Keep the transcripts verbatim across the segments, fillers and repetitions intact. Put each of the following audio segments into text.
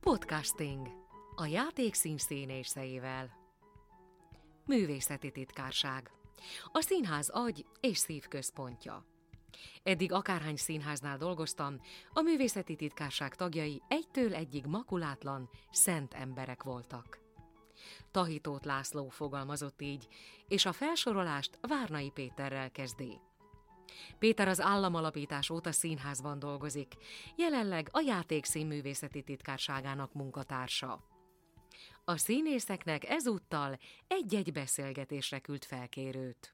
Podcasting. A játékszín színészeivel. Művészeti titkárság. A színház agy és szív központja. Eddig akárhány színháznál dolgoztam, a művészeti titkárság tagjai egytől egyig makulátlan, szent emberek voltak. Tahitót László fogalmazott így, és a felsorolást Várnai Péterrel kezdi. Péter az államalapítás óta színházban dolgozik, jelenleg a játékszín művészeti titkárságának munkatársa. A színészeknek ezúttal egy-egy beszélgetésre küld felkérőt.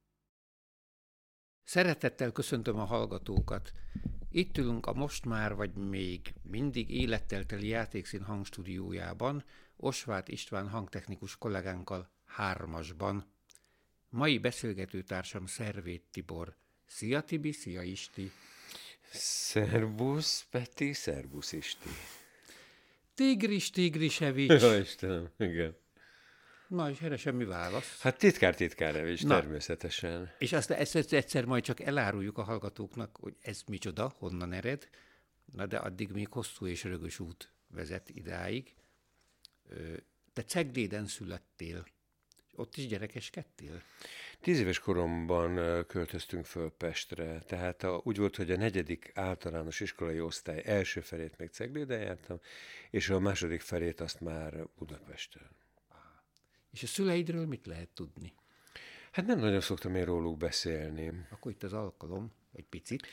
Szeretettel köszöntöm a hallgatókat. Itt ülünk a most már, vagy még mindig élettel teli játékszín hangstúdiójában, Osváth István hangtechnikus kollégánkkal hármasban. Mai beszélgetőtársam Szervét Tibor. Szia Tibi, szia Isti! Szerbusz Peti, szerbusz Isti! Tigris Tigrisevics! Ja, Istenem, igen. Na, és erre semmi válasz. Hát titkár Titkárevics, természetesen. És azt ezt egyszer majd csak eláruljuk a hallgatóknak, hogy ez micsoda, honnan ered. Na de addig még hosszú és rögös út vezet idáig. Te Cegléden születtél. Ott is gyerekeskedtél? Tíz éves koromban költöztünk föl Pestre, tehát a, úgy volt, hogy a negyedik általános iskolai osztály első felét még Cegléden jártam, és a második felét azt már Budapesten. És a szüleidről mit lehet tudni? Hát nem nagyon szoktam én róluk beszélni. Akkor itt az alkalom, egy picit.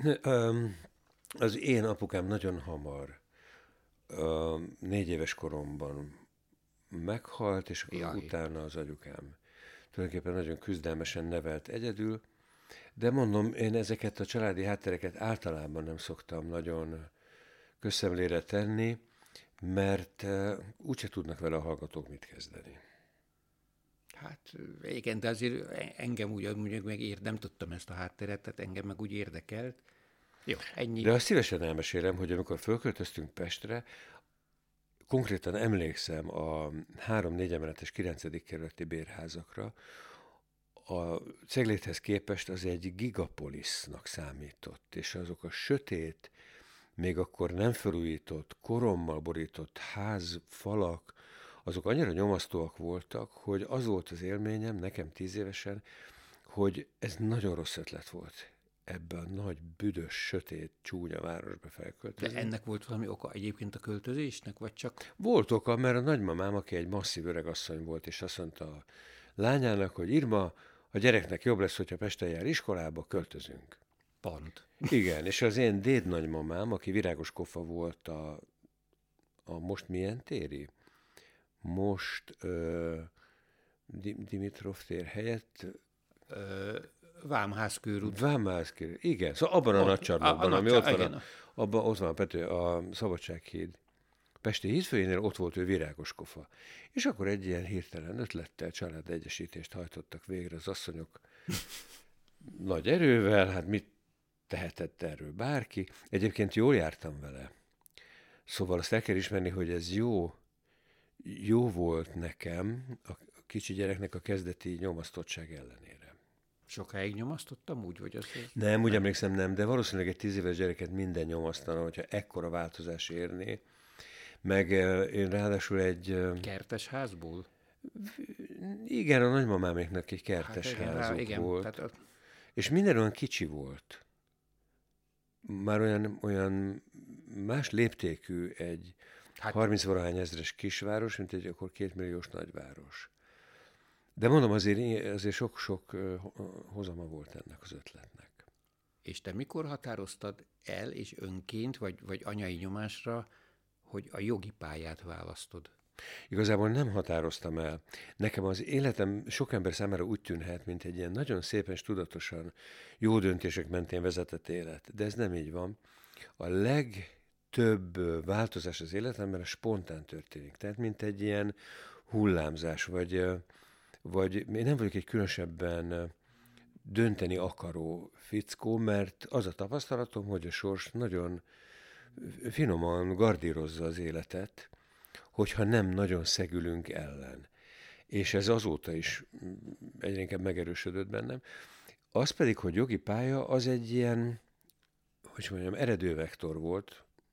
Az én apukám nagyon hamar, négy éves koromban meghalt, és akkor Jaj. utána az anyukám tulajdonképpen nagyon küzdelmesen nevelt egyedül, de mondom, én ezeket a családi háttereket általában nem szoktam nagyon közszemlére tenni, mert úgyse tudnak vele a hallgatók mit kezdeni. Hát igen, de azért engem úgy, úgy meg ér, nem tudtam ezt a hátteret, tehát engem meg úgy érdekelt. Jó, ennyi. De azt szívesen elmesélem, hogy amikor fölköltöztünk Pestre, konkrétan emlékszem a három-négy emeletes kilencedik kerületi bérházakra, a Ceglédhez képest az egy gigapolisznak számított, és azok a sötét, még akkor nem felújított, korommal borított ház, falak, azok annyira nyomasztóak voltak, hogy az volt az élményem, nekem tíz évesen, hogy ez nagyon rossz ötlet volt ebbe a nagy, büdös, sötét, csúnya városba felköltözni. De ennek volt valami oka egyébként a költözésnek, vagy csak... Volt oka, mert a nagymamám, aki egy masszív öregasszony volt, és azt mondta a lányának, hogy Irma, a gyereknek jobb lesz, hogyha Pesten jár iskolába, költözünk. Pont. Igen, és az én dédnagymamám, aki Virágos Kofa volt a, a most milyen téri? Most ö, Dimitrov tér helyett... Ö, Vámház körút. Vámház körút, igen. Szóval abban a Ott, nagy csarnokban, a, a ami nagy, ott van, igen. a, abban ott van a, Pető, a Szabadsághíd. Pesti hídfőjénél ott volt ő Virágos Kofa. És akkor egy ilyen hirtelen ötlettel családegyesítést hajtottak végre az asszonyok nagy erővel, hát mit tehetett erről bárki. Egyébként jól jártam vele. Szóval azt el kell ismerni, hogy ez jó, jó volt nekem, a kicsi gyereknek a kezdeti nyomasztottság ellenére. Sokáig nyomasztottam úgy, vagy azért? Nem, úgy emlékszem nem, de valószínűleg egy tíz éves gyereket minden nyomasztana, hogyha ekkora változás érné. Meg én ráadásul egy... Kertes házból? Igen, a nagymamáméknak egy kertes hát igen, házuk rá, igen, volt. Tehát ott... És minden olyan kicsi volt. Már olyan, olyan más léptékű egy Hát- harminc-valahány ezres kisváros, mint egy akkor kétmilliós nagyváros. De mondom, azért, azért sok-sok hozama volt ennek az ötletnek. És te mikor határoztad el, és önként, vagy, vagy anyai nyomásra, hogy a jogi pályát választod? Igazából nem határoztam el. Nekem az életem sok ember számára úgy tűnhet, mint egy ilyen nagyon szépen és tudatosan jó döntések mentén vezetett élet. De ez nem így van. A legtöbb változás az életemben a spontán történik. Tehát mint egy ilyen hullámzás, vagy, vagy én nem vagyok egy különösebben dönteni akaró fickó, mert az a tapasztalatom, hogy a sors nagyon finoman gardírozza az életet, hogyha nem nagyon szegülünk ellen. És ez azóta is egyre inkább megerősödött bennem. Az pedig, hogy jogi pálya, az egy ilyen, hogy mondjam, eredővektor volt,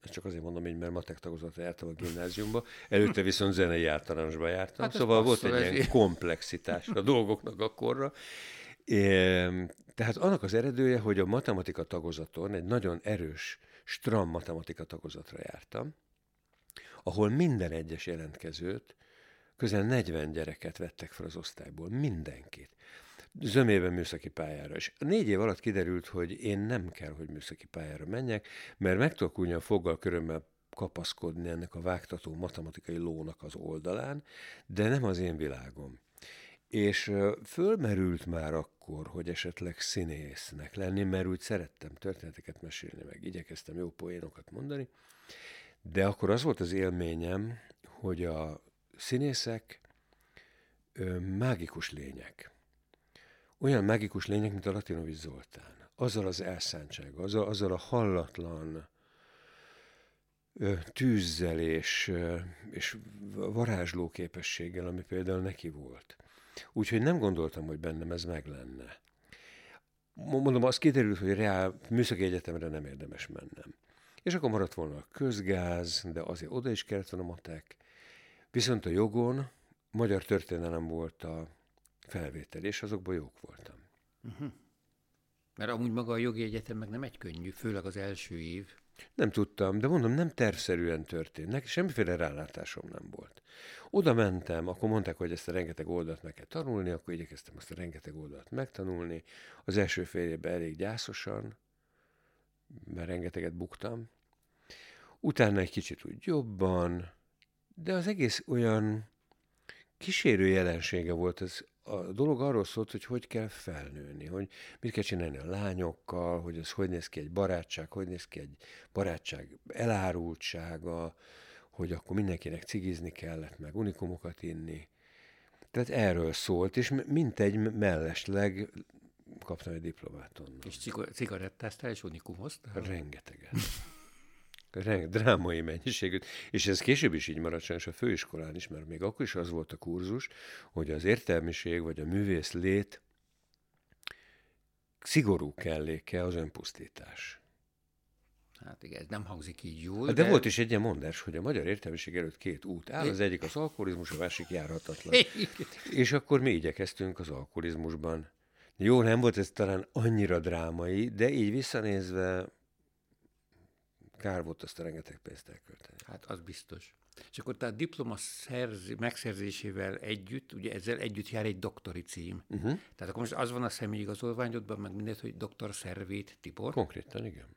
Ezt csak azért mondom így, mert matek tagozatra jártam a gimnáziumba, előtte viszont zenei általánosba jártam, hát szóval volt egy ilyen ilyen komplexitás a dolgoknak akkorra. É, tehát annak az eredője, hogy a matematika tagozaton egy nagyon erős, stram matematika tagozatra jártam, ahol minden egyes jelentkezőt, közel negyven gyereket vettek fel az osztályból, mindenkit. Zömében műszaki pályára. És négy év alatt kiderült, hogy én nem kell, hogy műszaki pályára menjek, mert meg tudok ugyan foggal körömmel kapaszkodni ennek a vágtató matematikai lónak az oldalán, de nem az én világom. És fölmerült már akkor, hogy esetleg színésznek lenni, mert úgy szerettem történeteket mesélni, meg igyekeztem jó poénokat mondani, de akkor az volt az élményem, hogy a színészek ö, mágikus lények. Olyan mágikus lények, mint a Latinovics Zoltán. Azzal az elszántsággal, azzal, azzal a hallatlan ö, tűzzel és, ö, és varázsló képességgel, ami például neki volt. Úgyhogy nem gondoltam, hogy bennem ez meg lenne. Mondom, az kiderült, hogy reál műszaki egyetemre nem érdemes mennem. És akkor maradt volna a közgáz, de azért oda is kellett volna matek. Viszont a jogon magyar történelem volt a felvétel, és azokból jók voltam. Uh-huh. Mert amúgy maga a jogi egyetem meg nem egy könnyű, főleg az első év. Nem tudtam, de mondom, nem tervszerűen történt. Neki semmiféle rálátásom nem volt. Oda mentem, akkor mondták, hogy ezt a rengeteg oldalt meg kell tanulni, akkor igyekeztem azt a rengeteg oldalt megtanulni. Az első fél évben elég gyászosan, mert rengeteget buktam. Utána egy kicsit úgy jobban, de az egész olyan kísérő jelensége volt. Ez, a dolog arról szólt, hogy hogy kell felnőni, hogy mit kell csinálni a lányokkal, hogy az hogy néz ki egy barátság, hogy néz ki egy barátság elárultsága, hogy akkor mindenkinek cigizni kellett, meg unikumokat inni. Tehát erről szólt, és mintegy mellesleg kaptam egy diplomát onnan. És cigarettáztál, és unikumoztál? Rengeteget. Rengeteg, drámai mennyiségűt. És ez később is így maradt sajnos a főiskolán is, mert még akkor is az volt a kurzus, hogy az értelmiség vagy a művész lét szigorú kelléke az önpusztítás. Hát igen, ez nem hangzik így jól. De, de volt is egy ilyen mondás, hogy a magyar értelmiség előtt két út áll, az egyik az alkoholizmus, a másik járhatatlan. És akkor mi igyekeztünk az alkoholizmusban. Jó, nem volt ez talán annyira drámai, de így visszanézve kár volt azt a rengeteg pénzt elkölteni. Hát az biztos. És akkor tehát diploma szerzi, megszerzésével együtt, ugye ezzel együtt jár egy doktori cím. Uh-huh. Tehát akkor most az van a személyigazolványodban, meg mindent, hogy doktor Szervét Tibor? Konkrétan, igen.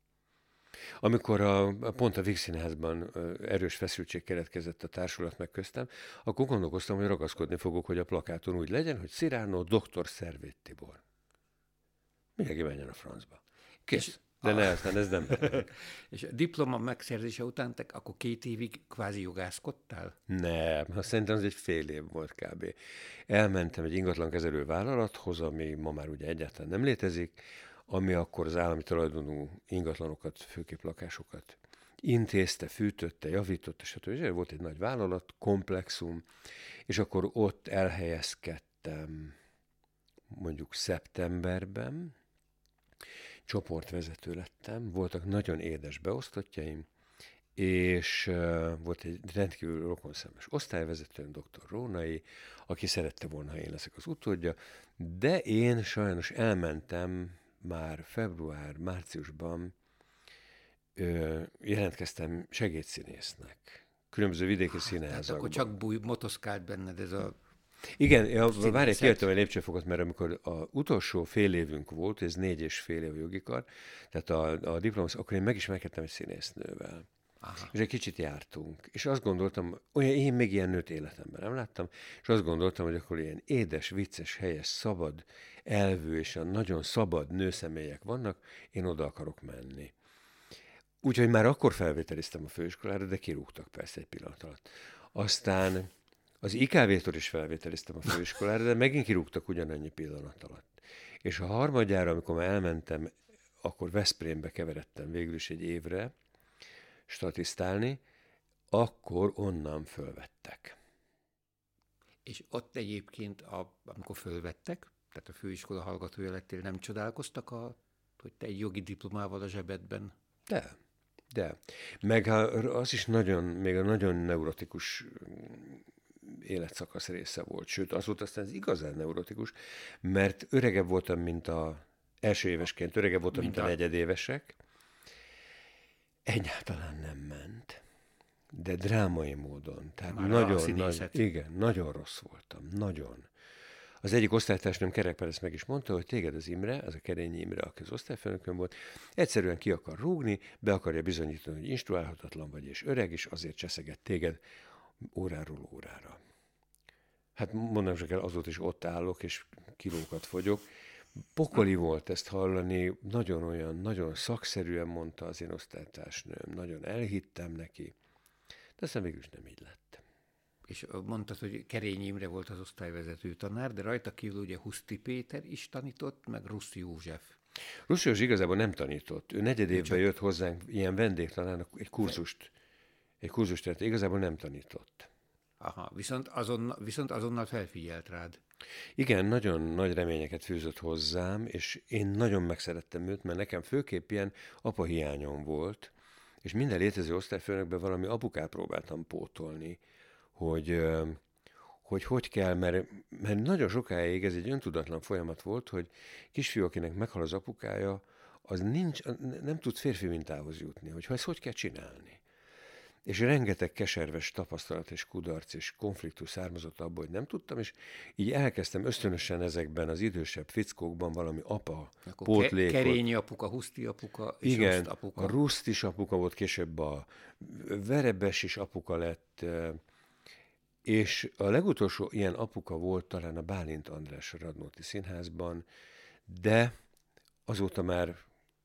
Amikor a, pont a Víg Színházban erős feszültség keletkezett a társulat meg köztem, akkor gondolkoztam, hogy ragaszkodni fogok, hogy a plakáton úgy legyen, hogy Cyrano doktor Szervét Tibor. Mindenki menjen a francba. Kész. És de ne, aztán ez nem. És a diploma megszerzése után te akkor két évig kvázi jogászkodtál? Nem, szerintem az egy fél év volt kb. Elmentem egy ingatlankezelő vállalathoz, ami ma már ugye egyáltalán nem létezik, ami akkor az állami tulajdonú ingatlanokat, főképp lakásokat intézte, fűtötte, javította, stb. Volt egy nagy vállalat, komplexum, és akkor ott elhelyezkedtem mondjuk szeptemberben, csoportvezető lettem, voltak nagyon édes beosztottjaim, és uh, volt egy rendkívül rokonszemes osztályvezetőm, doktor Rónai, aki szerette volna, ha én leszek az utódja, de én sajnos elmentem már február-márciusban, ö, jelentkeztem segédszínésznek, különböző vidéki színházakban. Tehát akkor csak búj, motoszkált benned ez a... Igen, ja, várj, kijöttem egy lépcsőfokot, mert amikor az utolsó fél évünk volt, ez négy és fél év jogikar, tehát a, a diplomasz, akkor én megismerkedtem egy színésznővel. Aha. És egy kicsit jártunk. És azt gondoltam, olyan én még ilyen nőt életemben nem láttam, és azt gondoltam, hogy akkor ilyen édes, vicces, helyes, szabad, elvű és nagyon szabad nőszemélyek vannak, én oda akarok menni. Úgyhogy már akkor felvételiztem a főiskolára, de kirúgtak persze egy pillanat alatt. Aztán az i ká vé-től is felvételiztem a főiskolára, de megint kirúgtak ugyanannyi pillanat alatt. És a harmadjára, amikor már elmentem, akkor Veszprémbe keveredtem végül is egy évre statisztálni, akkor onnan fölvettek. És ott egyébként, a, amikor fölvettek, tehát a főiskola hallgatója lettél, nem csodálkoztak, a, hogy te egy jogi diplomával a zsebedben? De, De. Meg az is nagyon, még a nagyon neurotikus életszakasz része volt. Sőt, az volt aztán az igazán neurotikus, mert öregebb voltam, mint a első évesként, öregebb voltam, mint, mint a negyedévesek. Egyáltalán nem ment. De drámai módon. Tehát már nagyon, nagy, igen, nagyon rossz voltam. Nagyon. Az egyik osztálytársnőm Kerekper ezt meg is mondta, hogy téged az Imre, az a Kerényi Imre, aki az osztályfőnökön volt, egyszerűen ki akar rúgni, be akarja bizonyítani, hogy instruálhatatlan vagy és öreg, és azért cseszeget téged óráról órára. Hát mondom csak el, azóta is ott állok, és kilókat fogyok. Pokoli volt ezt hallani, nagyon olyan, nagyon szakszerűen mondta az én osztálytársnőm, nagyon elhittem neki, de aztán végül is nem így lett. És mondtad, hogy Kerényi Imre volt az osztályvezető tanár, de rajta kívül ugye Huszti Péter is tanított, meg Rusz József. Rusz József igazából nem tanított. Ő negyedévben csak... jött hozzánk ilyen vendégtanárnak egy kurzust, egy kurzust, tehát igazából nem tanított. Aha, viszont, azon, viszont azonnal felfigyelt rád. Igen, nagyon nagy reményeket fűzött hozzám, és én nagyon megszerettem őt, mert nekem főképp ilyen apahiányom volt, és minden létező osztályfőnökben valami apukát próbáltam pótolni, hogy hogy, hogy kell, mert, mert nagyon sokáig ez egy öntudatlan folyamat volt, hogy kisfiú, akinek meghal az apukája, az nincs, nem tud férfi mintához jutni, hogy ezt hogy kell csinálni. És rengeteg keserves tapasztalat és kudarc és konfliktus származott abból, hogy nem tudtam, és így elkezdtem ösztönösen ezekben az idősebb fickókban valami apa, akkor pótlékot. Ke- Kerényi apuka, Huszti apuka és igen, Ruszt apuka. a Ruszt is apuka volt, később a Verebes is apuka lett, és a legutolsó ilyen apuka volt talán a Bálint András a Radnóti Színházban, de azóta már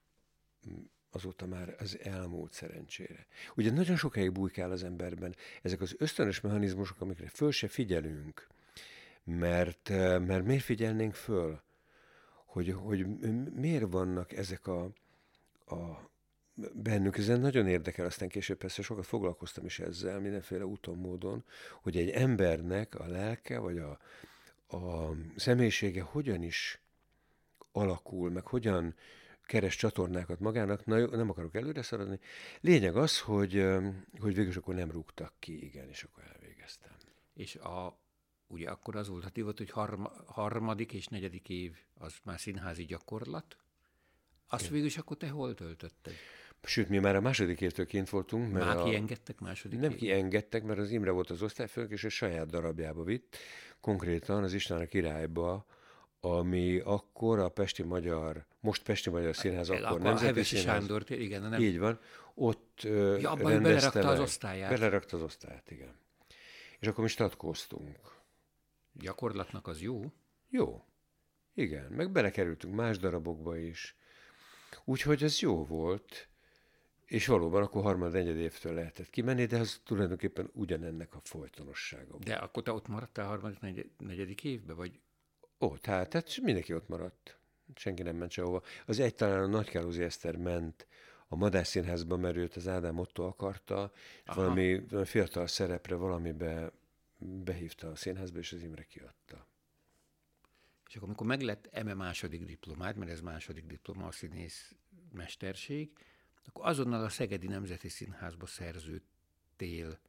azóta már az elmúlt szerencsére. Ugye nagyon sokáig bujkál az emberben ezek az ösztönös mechanizmusok, amikre föl se figyelünk, mert, mert miért figyelnénk föl, hogy, hogy miért vannak ezek a, a bennünk. Ez nagyon érdekel, aztán később persze sokat foglalkoztam is ezzel, mindenféle úton, módon, hogy egy embernek a lelke, vagy a, a személyisége hogyan is alakul, meg hogyan keres csatornákat magának, na jó, nem akarok előre szaladni. Lényeg az, hogy, hogy végül akkor nem rúgtak ki, igen, és akkor elvégeztem. És a, ugye akkor az volt a divat, hogy harma, harmadik és negyedik év, az már színházi gyakorlat. Azt igen. Végül is akkor te hol töltötted? Sőt, mi már a második évtől kint voltunk. Mert már a... kiengedtek második Nem kiengedtek, mert az Imre volt az osztályfőnök, és a saját darabjába vitt, konkrétan az István a Királyba, ami akkor a Pesti Magyar, most Pesti Magyar Színház, akkor, akkor Nemzeti Hevesi Színház. Sándor, igen. Nem... Így van. Ott ja, abban belerakta meg. Az osztályát. Belerakta az osztályát, igen. És akkor mi statkoztunk. Gyakorlatnak az jó? Jó. Igen, meg belekerültünk más darabokba is. Úgyhogy ez jó volt. És valóban akkor harmad-negyed évtől lehetett kimenni, de az tulajdonképpen ugyanennek a folytonossága. De akkor te ott maradtál harmadik, negyed, negyedik évben, vagy? Ó, tehát, tehát mindenki ott maradt. Senki nem ment sehova. Az egy talán a Nagykálózi Eszter ment a Madách Színházba, mert őt az Ádám Otto akarta, és valami, valami fiatal szerepre valamibe behívta a színházba, és az Imre kiadta. És akkor, amikor meglett eme második diplomád, mert ez második diploma a színész mesterség, akkor azonnal a Szegedi Nemzeti Színházba szerződtél.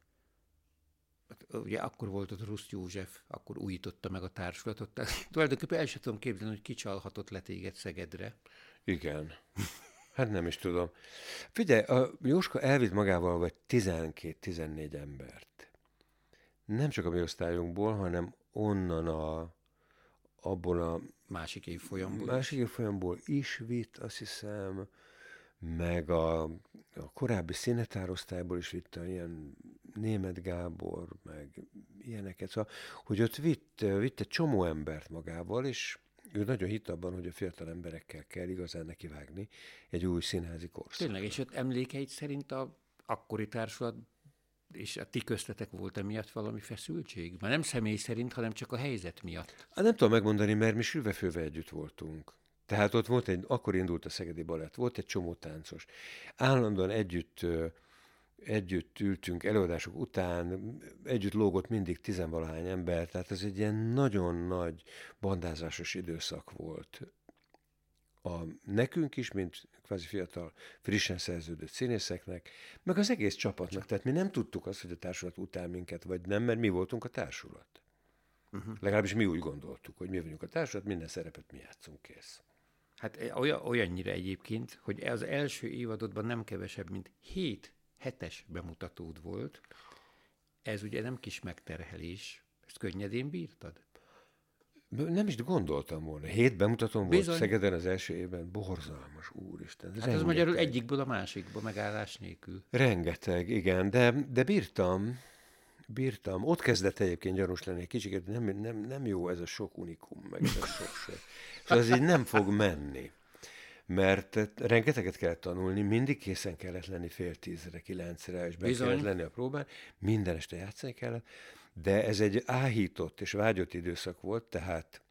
Ugye akkor volt ott Rusz József, akkor újította meg a társulatot. Tehát tulajdonképpen el sem tudom képzelni, hogy kicsalhatott le téged Szegedre. Igen. Hát nem is tudom. Figyelj, a Jóska elvitt magával vagy tizenkét-tizennégy embert. Nem csak a mi osztályunkból, hanem onnan a abból a másik évfolyamból másik évfolyamból is vitt, azt hiszem, meg a, a korábbi színetárosztályból is vitte ilyen Németh Gábor, meg ilyeneket. Szóval, hogy ott vitt, vitt egy csomó embert magával, és ő nagyon hitt abban, hogy a fiatal emberekkel kell igazán nekivágni egy új színházi korszakra. Tényleg, és ott emlékeid szerint a akkori társulat és a ti köztetek volt emiatt valami feszültség? Már nem személy szerint, hanem csak a helyzet miatt. Hát nem tudom megmondani, mert mi sülve-főve együtt voltunk. Tehát ott volt egy, akkor indult a Szegedi Balett, volt egy csomó táncos. Állandóan együtt, együtt ültünk előadások után, együtt lógott mindig tizenvalahány ember, tehát ez egy ilyen nagyon nagy bandázásos időszak volt. A, nekünk is, mint kvázi fiatal, frissen szerződött színészeknek, meg az egész csapatnak. Tehát mi nem tudtuk azt, hogy a társulat utál minket, vagy nem, mert mi voltunk a társulat. Uh-huh. Legalábbis mi úgy gondoltuk, hogy mi vagyunk a társulat, minden szerepet mi játszunk, kész. Hát olyan, olyannyira egyébként, hogy az első évadodban nem kevesebb, mint hét hetes bemutatód volt. Ez ugye nem kis megterhelés. Ezt könnyedén bírtad? Nem is gondoltam volna. Hét bemutatón volt Bizony. Szegeden az első évben. Borzalmas, úristen. Hát ez magyarul egyikből a másikba, megállás nélkül. Rengeteg, igen, de, de bírtam, bírtam. Ott kezdett egyébként gyanús lenni egy kicsit, nem, nem, nem jó ez a sok unikum, meg ez a sok sor. Szóval ez így nem fog menni. Mert rengeteget kellett tanulni, mindig készen kellett lenni fél tízre, kilencre, és be Bizony. kellett lenni a próbán, minden este játszani kellett, de ez egy áhított és vágyott időszak volt, tehát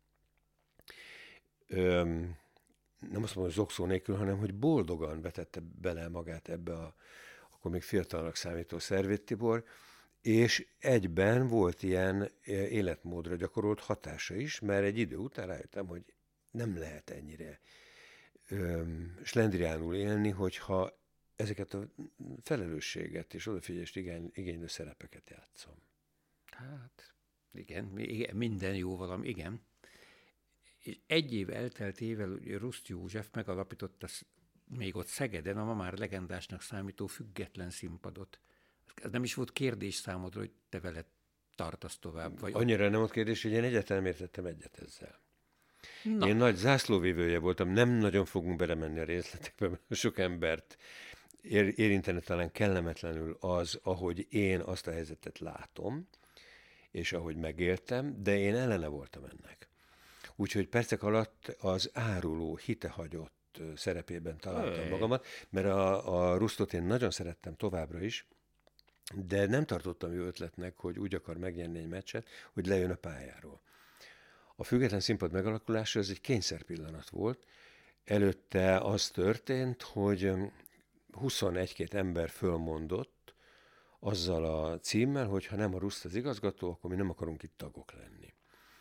öm, nem azt mondom, hogy zokszó nélkül, hanem hogy boldogan vetette bele magát ebbe a, akkor még fiatalnak számító Szervét Tibor, és egyben volt ilyen életmódra gyakorolt hatása is, mert egy idő után rájöttem, hogy nem lehet ennyire öm, slendriánul élni, hogyha ezeket a felelősséget és odafigyelést igény, igénylő szerepeket játszom. Hát, igen, igen, minden jó valami, igen. És egy év elteltével Ruszt József megalapította még ott Szegeden a ma már legendásnak számító Független Színpadot. Ez nem is volt kérdés számodra, hogy te veled tartasz tovább? Vagy annyira ott... nem volt kérdés, hogy én egyáltalán értettem egyet ezzel. Na. Én nagy zászlóvívője voltam, nem nagyon fogunk belemenni a részletekbe, mert sok embert ér, érintene talán kellemetlenül az, ahogy én azt a helyzetet látom, és ahogy megéltem, de én ellene voltam ennek. Úgyhogy percek alatt az áruló, hitehagyott szerepében találtam hey. magamat, mert a, a Rusztot én nagyon szerettem továbbra is, de nem tartottam jó ötletnek, hogy úgy akar megnyerni egy meccset, hogy lejön a pályáról. A Független Színpad megalakulása ez egy kényszerpillanat volt. Előtte az történt, hogy huszonegy-két ember fölmondott, azzal a címmel, hogy ha nem a Ruszt az igazgató, akkor mi nem akarunk itt tagok lenni.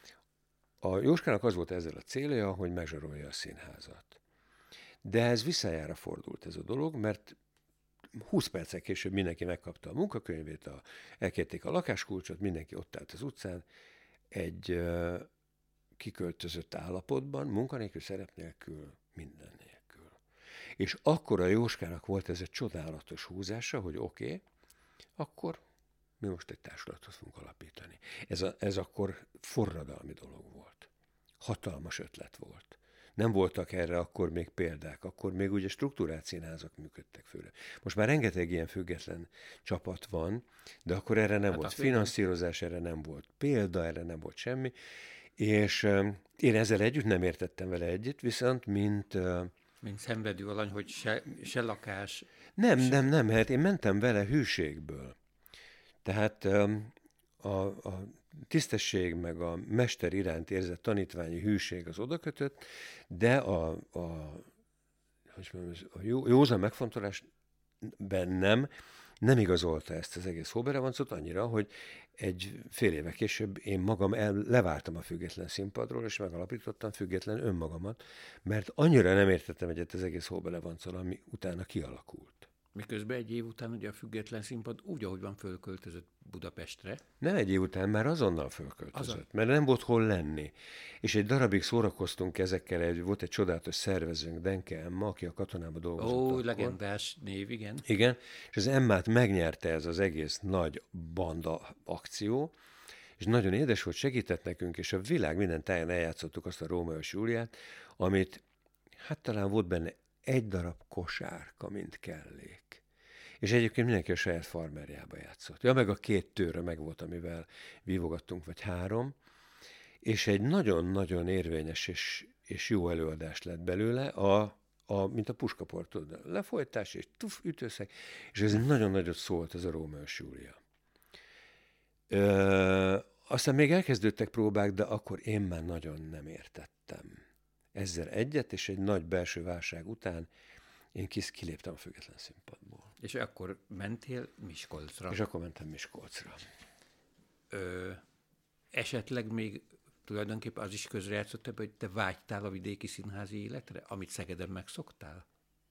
A Jóskának az volt ezzel a célja, hogy megzsarolja a színházat. De ez visszajára fordult ez a dolog, mert húsz perccel később mindenki megkapta a munkakönyvét, a, elkérték a lakáskulcsot, mindenki ott állt az utcán, egy uh, kiköltözött állapotban, munkanélkül, szerep nélkül, minden nélkül. És akkor a Jóskának volt ez egy csodálatos húzása, hogy oké, okay, akkor mi most egy társulatot fogunk alapítani. Ez, a, ez akkor forradalmi dolog volt. Hatalmas ötlet volt. Nem voltak erre akkor még példák, akkor még ugye struktúrált színházak működtek főleg. Most már rengeteg ilyen független csapat van, de akkor erre nem hát volt finanszírozás, erre nem volt példa, erre nem volt semmi, és uh, én ezzel együtt nem értettem vele együtt, viszont mint... Uh, mint szenvedő alany, hogy se, se lakás... Nem, se... nem, nem, hát én mentem vele hűségből. Tehát um, a, a tisztesség meg a mester iránt érzett tanítványi hűség az odakötött, de a, a, hogy mondjam, a jó, józan megfontolás bennem nem igazolta ezt az egész Hóberevancot annyira, hogy egy fél éve később én magam el, leváltam a Független Színpadról, és megalapítottam független önmagamat, mert annyira nem értettem egyet az egész Hóberevanccal, ami utána kialakult. Miközben egy év után ugye a Független Színpad úgy, ahogy van, fölköltözött Budapestre. Nem egy év után, már azonnal fölköltözött, Azon. mert nem volt hol lenni. És egy darabig szórakoztunk ezekkel, egy, volt egy csodálatos szervezőnk, Denke Emma, aki a katonában dolgozott. Ó, akkor. legendás név, igen. Igen, és az Emmát megnyerte ez az egész nagy banda akció, és nagyon édes volt, segített nekünk, és a világ minden táján eljátszottuk azt a Rómeó és Júliát, amit hát talán volt benne egy darab kosárka, mint kellék. És egyébként mindenki a saját farmerjába játszott. Ja, meg a két tőre meg volt, amivel vívogattunk, vagy három, és egy nagyon-nagyon érvényes és, és jó előadás lett belőle, a, a, mint a puskaport, tudod, lefolytás és tuf, ütőszeg, és ez nagyon nagyot szólt ez a Rómeó és Júlia. Ö, aztán még elkezdődtek próbák, de akkor én már nagyon nem értettem. Ezzel egyet, és egy nagy belső válság után én kis kiléptem a Független Színpadból. És akkor mentél Miskolcra. És akkor mentem Miskolcra. Ö, esetleg még tulajdonképpen az is közrejátszott ebbe, hogy te vágytál a vidéki színházi életre, amit Szegeden megszoktál?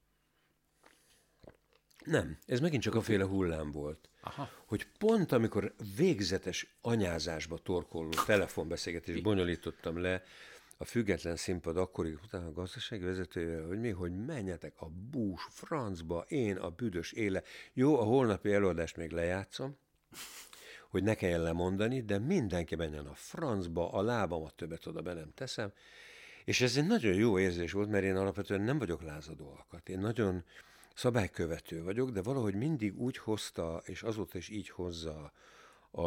Nem, ez megint csak a féle hullám volt. Aha. Hogy pont amikor végzetes anyázásba torkolló telefonbeszélgetést bonyolítottam le a Független Színpad akkori utána a gazdasági vezetőjével, hogy mi, hogy menjetek a bús francba, én a büdös éle. Jó, a holnapi előadást még lejátszom, hogy ne kelljen lemondani, de mindenki menjen a francba, a lábamat többet oda be nem teszem. És ez egy nagyon jó érzés volt, mert én alapvetően nem vagyok lázadó alkat. Én nagyon szabálykövető vagyok, de valahogy mindig úgy hozta, és azóta is így hozza a,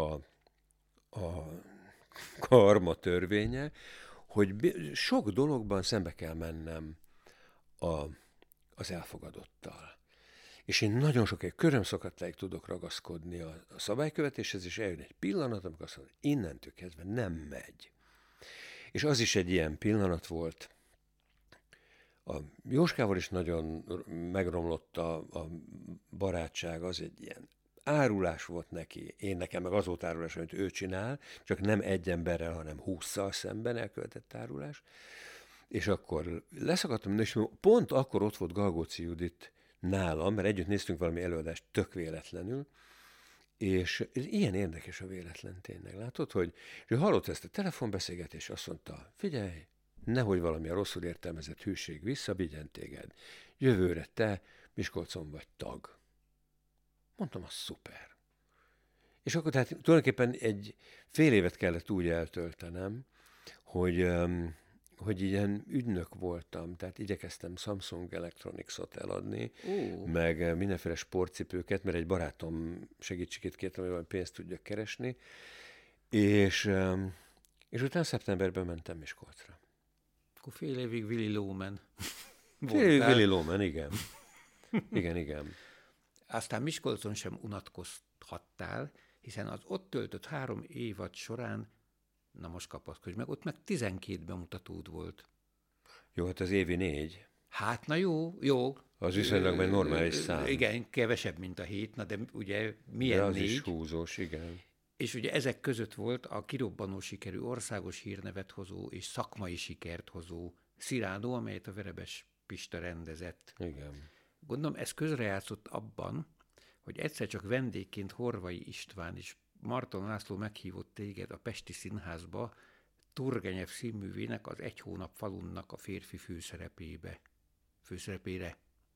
a karma törvénye, hogy sok dologban szembe kell mennem a, az elfogadottal. És én nagyon sokáig körömszakadtáig tudok ragaszkodni a, a szabálykövetéshez, és eljön egy pillanat, amikor azt mondom, innentől kezdve nem megy. És az is egy ilyen pillanat volt. A Jóskával is nagyon megromlott a, a barátság, az egy ilyen árulás volt neki. Én nekem meg az volt árulás, amit ő csinál, csak nem egy emberrel, hanem hússzal szemben elkövetett árulás. És akkor leszakadtam, és pont akkor ott volt Galgóci Judit nálam, mert együtt néztünk valami előadást tök véletlenül, és ez ilyen érdekes a véletlen tényleg. Látod, hogy ő hallott ezt a telefonbeszélgetést, azt mondta, figyelj, nehogy valami a rosszul értelmezett hűség visszabigyen téged. Jövőre te Miskolcon vagy tag. Mondtam, az szuper. És akkor tehát tulajdonképpen egy fél évet kellett úgy eltöltenem, hogy, hogy ilyen ügynök voltam, tehát igyekeztem Samsung Electronics-ot eladni, uh. meg mindenféle sportcipőket, mert egy barátom segítségét kértem, hogy valami pénzt tudjak keresni, és, és utána szeptemberben mentem Miskolcra. Akkor fél évig Willy Loman. Fél évig Willy Loman, igen. Igen, igen. Aztán Miskolcon sem unatkozhattál, hiszen az ott töltött három évad során, na most kapaszkodj meg, ott meg tizenkét bemutatód volt. Jó, hát az évi négy. Hát, na jó, jó. Az viszonylag meg normális szám. Igen, kevesebb, mint a hét, na de ugye milyen de az négy? is húzós, igen. És ugye ezek között volt a kirobbanó sikerű, országos hírnevet hozó és szakmai sikert hozó Cyrano, amelyet a Verebes Pista rendezett. Igen. Gondolom, ez közrejátszott abban, hogy egyszer csak vendégként Horvai István és Marton László meghívott téged a Pesti Színházba Turgenev színművének az Egy hónap falunnak a férfi főszerepébe. Főszerepére.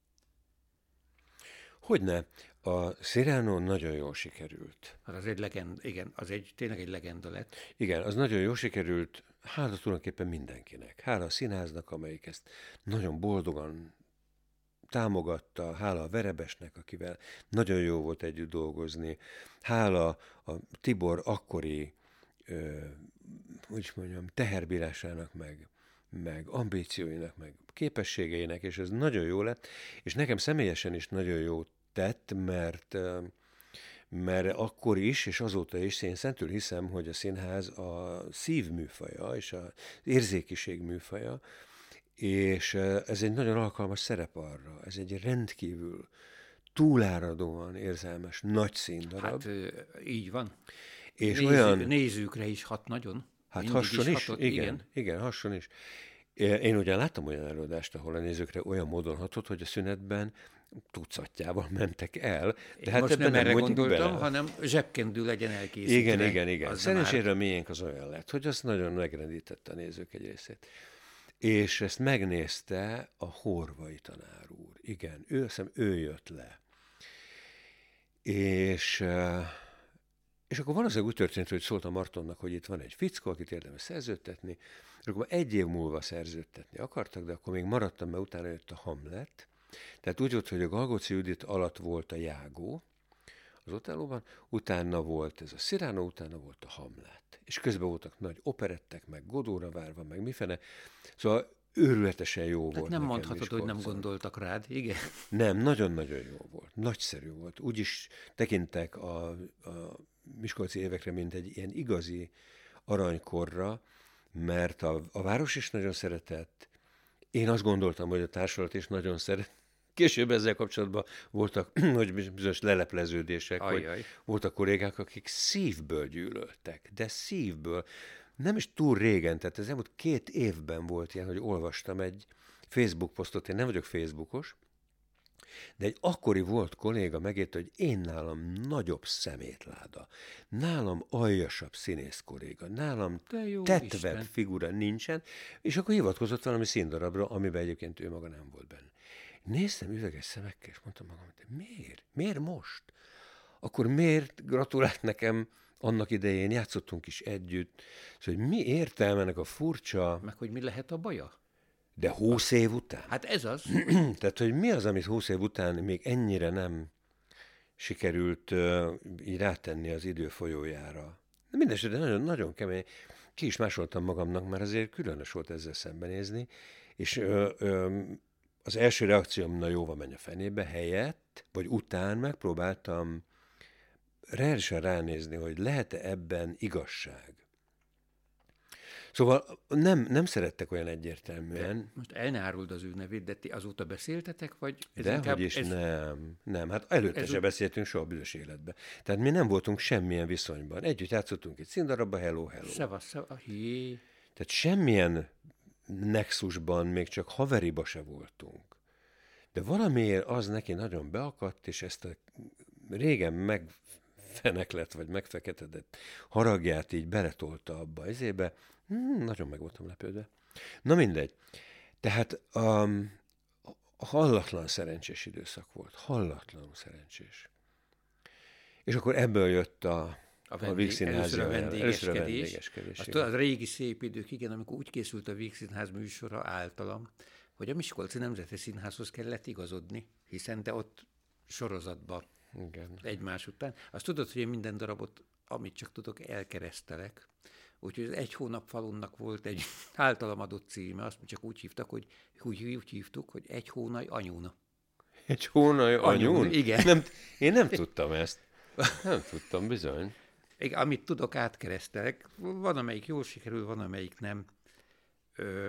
Hogyne, a Cyrano nagyon jól sikerült. Hát az egy legend, igen, az egy, tényleg egy legenda lett. Igen, az nagyon jól sikerült, hála tulajdonképpen mindenkinek. Hála a színháznak, amelyik ezt nagyon boldogan támogatta, hála a Verebesnek, akivel nagyon jó volt együtt dolgozni, hála a Tibor akkori, ö, hogy mondjam, teherbírásának, meg, meg ambícióinak, meg képességeinek, és ez nagyon jó lett, és nekem személyesen is nagyon jó tett, mert, mert akkor is, és azóta is én szentül hiszem, hogy a színház a szív műfaja, és az érzékiség műfaja, és ez egy nagyon alkalmas szerep arra. Ez egy rendkívül túláradóan érzelmes, nagy színdarab. Hát így van. És Néző, olyan... Nézőkre is hat nagyon. Hát hasson is, is hatott, igen, igen, igen, hasson is. Én ugyan láttam olyan előadást, ahol a nézőkre olyan módon hatott, hogy a szünetben tucatjával mentek el. De hát most nem erre gondoltam, bele. hanem zsebkendő legyen elkészítve. Igen, igen, igen. Szerencsére már... miénk az olyan lett, hogy az nagyon megrendítette a nézők egy részét. És ezt megnézte a Horvai tanár úr. Igen, ő, azt hiszem, ő jött le. És, és akkor valószínűleg úgy történt, hogy szólt a Martonnak, hogy itt van egy fickó, akit érdemes szerződtetni, és akkor egy év múlva szerződtetni akartak, de akkor még maradtam, mert utána jött a Hamlet. Tehát úgy volt, hogy a Galgóci Judit alatt volt a Jágó, az Otállóban, utána volt ez a Cyrano, utána volt a Hamlet. És közben voltak nagy operettek, meg Godóra várva, meg mifene. Szóval őrületesen jó Tehát volt. nem mondhatod, hogy nem gondoltak rád, igen? Nem, nagyon-nagyon jó volt. Nagyszerű volt. Úgy is tekintek a, a miskolci évekre, mint egy ilyen igazi aranykorra, mert a, a város is nagyon szeretett. Én azt gondoltam, hogy a társulat is nagyon szeret. Később ezzel kapcsolatban voltak, hogy bizonyos lelepleződések, Ajaj. hogy voltak kollégák, akik szívből gyűlöltek, de szívből. nem is túl régen, tehát ez elmúlt két évben volt ilyen, hogy olvastam egy Facebook posztot, én nem vagyok Facebookos, de egy akkori volt kolléga megérte, hogy én nálam nagyobb szemétláda, nálam aljasabb színész kolléga, nálam tetvebb figura nincsen, és akkor hivatkozott valami színdarabra, amiben egyébként ő maga nem volt benne. Néztem üveges szemekkel, és mondtam magam, hogy miért? Miért most? Akkor miért gratulált nekem annak idején, játszottunk is együtt, szóval hogy mi értelme ennek a furcsa... Meg hogy mi lehet a baja? De húsz év után? Hát ez az. Tehát, hogy mi az, amit húsz év után még ennyire nem sikerült uh, így rátenni az idő folyójára. De mindenesetre nagyon, nagyon kemény. Ki is másoltam magamnak, mert azért különös volt ezzel szembenézni, és uh, uh, az első reakcióm, na jóval menj a fenébe, helyett, vagy után megpróbáltam reálisan ránézni, hogy lehet-e ebben igazság. Szóval nem, nem szerettek olyan egyértelműen. De most el ne áruld az ő nevét, de ti azóta beszéltetek, vagy? Ez de inkább, hogy is ez... nem, nem. Hát előtte ez se úgy... beszéltünk soha büdös életben. Tehát mi nem voltunk semmilyen viszonyban. Együtt játszottunk egy színdarabba, hello, hello. Szavasz, szavasz, hé. Tehát semmilyen nexusban, még csak haveriba se voltunk. De valamiért az neki nagyon beakadt, és ezt a régen megfeneklett, vagy megfeketedett haragját így beletolta abba az izébe. Hmm, nagyon meg voltam lepődve. Na mindegy. Tehát um, hallatlan szerencsés időszak volt. Hallatlanul szerencsés. És akkor ebből jött a, a, vendég, a Vígszínház. Először a vendégeskedés. Először a vendégeskedés. Azt tudod, az régi szép idők, igen, amikor úgy készült a Vígszínház műsora általam, hogy a Miskolci Nemzeti Színházhoz kellett igazodni, hiszen te ott sorozatban igen. Egymás után. Azt tudod, hogy én minden darabot, amit csak tudok, elkeresztelek. Úgyhogy az Egy hónap falunnak volt egy általam adott címe, azt csak úgy hívtak, hogy úgy, úgy hívtuk, hogy Egy hónaj anyúna. Egy hónaj anyún? anyún? Igen. Nem, én nem tudtam ezt. Nem tudtam, bizony. Igen, amit tudok, átkeresztelek. Van, amelyik jól sikerül, van, amelyik nem. Ö,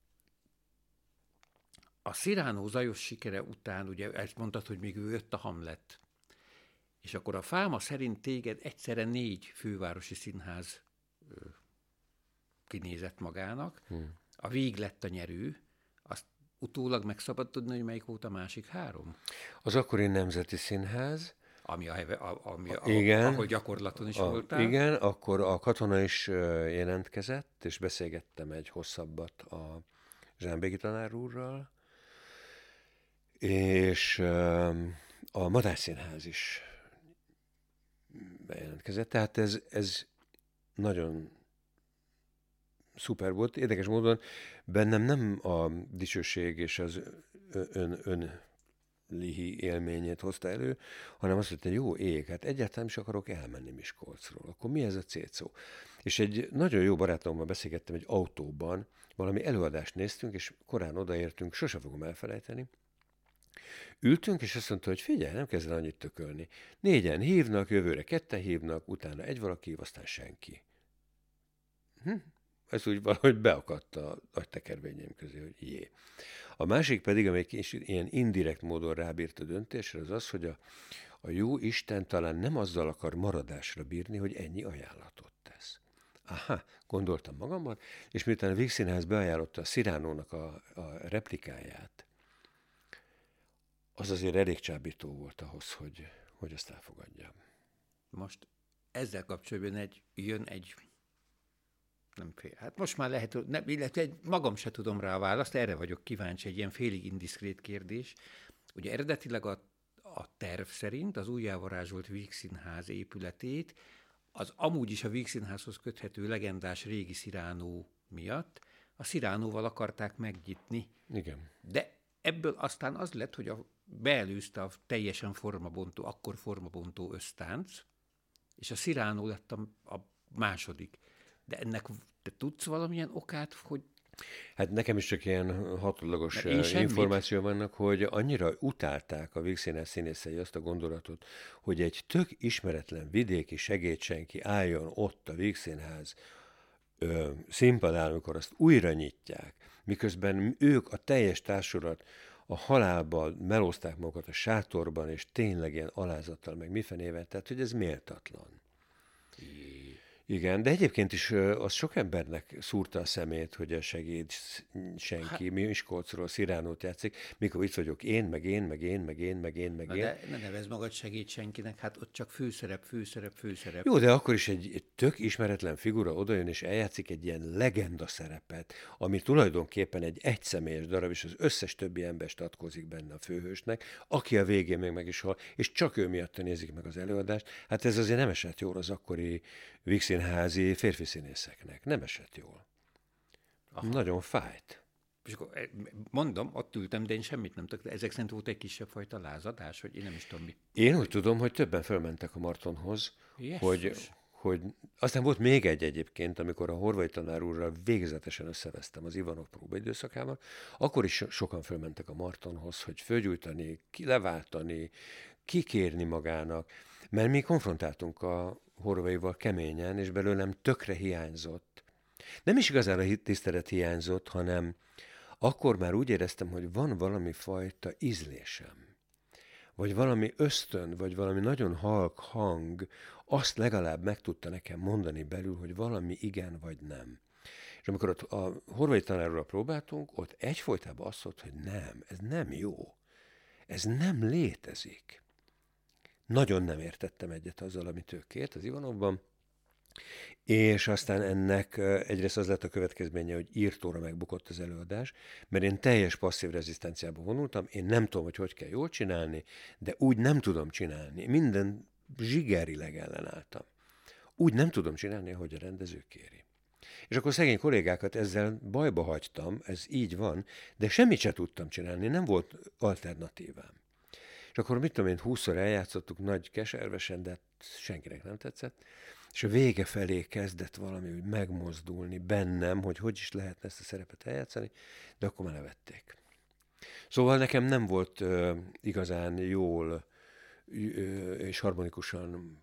a Cyrano zajos sikere után, ugye ezt mondtad, hogy még ő jött a Hamlet. És akkor a fáma szerint téged egyszerre négy fővárosi színház ö, kinézett magának. Hmm. A Víg lett a nyerő. Azt utólag meg szabad tudni, hogy melyik volt a másik három? Az akkori Nemzeti Színház. Ami, a, a, ami a, igen, ahol gyakorlaton is a, voltál. Igen, akkor a Katona is jelentkezett, és beszélgettem egy hosszabbat a Zsámbéki tanár úrral, és a Madách Színház is bejelentkezett. Tehát ez, ez nagyon szuper volt. Érdekes módon bennem nem a dicsőség és az ön, ön lihi élményét hozta elő, hanem azt mondta, jó ég, hát egyáltalán is akarok elmenni Miskolcról. Akkor mi ez a cécó? És egy nagyon jó barátommal beszélgettem egy autóban, valami előadást néztünk, és korán odaértünk, sose fogom elfelejteni. Ültünk, és azt mondta, hogy figyelj, nem kezd el annyit tökölni. Négyen hívnak, jövőre ketten hívnak, utána egy valaki hív, aztán senki. Hm? Ez úgy valahogy beakadt a agytekervényeim közé, hogy jé. A másik pedig, amely ilyen indirekt módon rábírt a döntésre, az az, hogy a, a jó Isten talán nem azzal akar maradásra bírni, hogy ennyi ajánlatot tesz. Aha, gondoltam magamban, és miután a Vígszínház beajánlotta a Cyránónak a, a replikáját, az azért elég csábító volt ahhoz, hogy, hogy azt elfogadjam. Most ezzel kapcsolatban egy, jön egy nem fél. Hát most már lehet, nem, illetve egy, magam se tudom rá a választ, erre vagyok kíváncsi, egy ilyen félig indiszkrét kérdés. Ugye eredetileg a, a terv szerint az újjávarázsolt Vígszínház épületét az amúgy is a Vígszínházhoz köthető legendás régi Cyrano miatt a Cyranoval akarták megnyitni. Igen. De ebből aztán az lett, hogy a, beelőzte a teljesen formabontó, akkor formabontó Ösztánc, és a Cyrano lett a, a második. De ennek te tudsz valamilyen okát, hogy... Hát nekem is csak ilyen hatodlagos információ vannak, hogy annyira utálták a Vígszínház színészei azt a gondolatot, hogy egy tök ismeretlen vidéki segédsenki álljon ott a Vígszínház ö, színpadán, amikor azt újra nyitják, miközben ők a teljes társulat a halálban melózták magukat a sátorban, és tényleg ilyen alázattal, meg mifenével, tehát hogy ez méltatlan. Igen, de egyébként is ö, az sok embernek szúrta a szemét, hogy a segéd senki, Hát, mi Miskolcról Sziránót játszik, mikor itt vagyok én, meg én, meg én, meg én, meg én, meg na én. de ne nevezd magad segít senkinek, hát ott csak főszerep, főszerep, főszerep. Jó, de akkor is egy, egy tök ismeretlen figura odajön és eljátszik egy ilyen legenda szerepet, ami tulajdonképpen egy egyszemélyes darab, és az összes többi ember statkozik benne a főhősnek, aki a végén még meg is hal, és csak ő miatt nézik meg az előadást. Hát ez azért nem esett jól az akkori vígszínházi férfi színészeknek. Nem esett jól. Aha. Nagyon fájt. És akkor mondom, ott ültem, de én semmit nem tudok. Ezek szerint volt egy kisebb fajta lázadás, hogy én nem is tudom, mit. Én úgy tudom, hogy többen fölmentek a Martonhoz, Jesszus. hogy, hogy aztán volt még egy egyébként, amikor a Horvai tanár úrral végzetesen összevesztem az Ivanov próbaidőszakában, akkor is sokan fölmentek a Martonhoz, hogy fölgyújtani, ki leváltani, kikérni magának, mert mi konfrontáltunk a Horvaival keményen, és belőlem tökre hiányzott. Nem is igazán a tisztelet hiányzott, hanem akkor már úgy éreztem, hogy van valami fajta ízlésem, vagy valami ösztön, vagy valami nagyon halk hang, azt legalább meg tudta nekem mondani belül, hogy valami igen vagy nem. És amikor ott a Horvai tanárról próbáltunk, ott egyfolytában azt mondta, hogy nem, ez nem jó, ez nem létezik. Nagyon nem értettem egyet azzal, amit ő kért az Ivanovban, és aztán ennek egyrészt az lett a következménye, hogy írtóra megbukott az előadás, mert én teljes passzív rezisztenciába vonultam, én nem tudom, hogy hogy kell jól csinálni, de úgy nem tudom csinálni. Minden zsigerileg ellenálltam. Úgy nem tudom csinálni, ahogy a rendező kéri. És akkor szegény kollégákat ezzel bajba hagytam, ez így van, de semmit se tudtam csinálni, nem volt alternatívám. És akkor mit tudom én, húszszor eljátszottuk nagy keservesen, de senkinek nem tetszett. És a vége felé kezdett valami úgy megmozdulni bennem, hogy hogy is lehetne ezt a szerepet eljátszani, de akkor már levették. Szóval nekem nem volt uh, igazán jól uh, és harmonikusan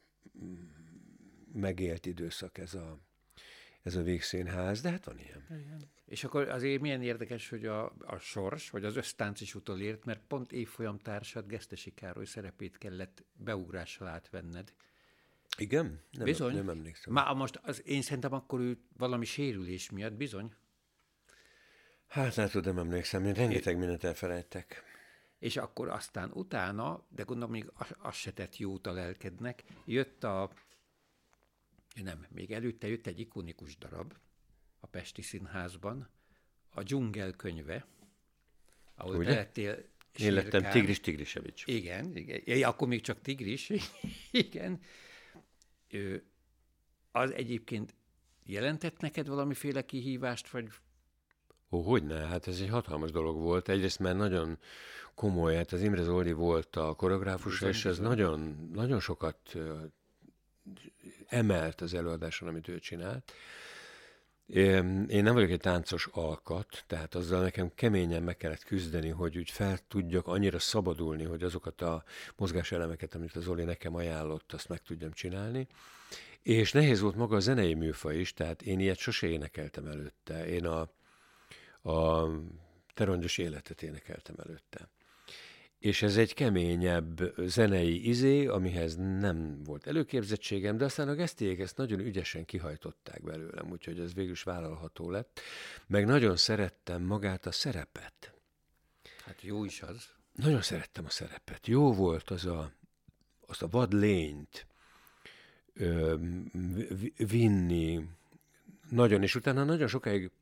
megélt időszak ez a, ez a Vígszínház, de hát van ilyen. Igen. És akkor azért milyen érdekes, hogy a, a sors, vagy az össztánc is utolért, mert pont évfolyam társad Gesztesi Károly szerepét kellett beugrással átvenned. Igen? Nem, bizony. Nem emlékszem. Már most az, én szerintem akkor ő valami sérülés miatt, bizony. Hát látod, nem emlékszem, én rengeteg mindent elfelejtek. És akkor aztán utána, de gondolom még az, az se tett jót a lelkednek, jött a, nem, még előtte jött egy ikonikus darab a Pesti Színházban, a Dzsungel könyve, ahol ugye? te lettél Én lettem Tigris Tigrisevics. Igen, igen. Ja, akkor még csak Tigris. Igen. Ő, az egyébként jelentett neked valamiféle kihívást, vagy? Ó, hogyne, hát ez egy hatalmas dolog volt. Egyrészt már nagyon komoly, hát az Imre Zoldi volt a koreográfusa, és ez nagyon, nagyon sokat emelt az előadáson, amit ő csinált. Én nem vagyok egy táncos alkat, tehát azzal nekem keményen meg kellett küzdeni, hogy úgy fel tudjak annyira szabadulni, hogy azokat a mozgáselemeket, amit az Zoli nekem ajánlott, azt meg tudjam csinálni. És nehéz volt maga a zenei műfaj is, tehát én ilyet sose énekeltem előtte. Én a, a Terongyos életet énekeltem előtte. És ez egy keményebb zenei izé, amihez nem volt előképzettségem, de aztán a Gesztiék ezt nagyon ügyesen kihajtották belőlem, úgyhogy ez végül is vállalható lett. Meg nagyon szerettem magát a szerepet. Hát jó is az. Nagyon szerettem a szerepet. Jó volt az a, az a vad lényt ö, vinni, nagyon, és utána nagyon sokáig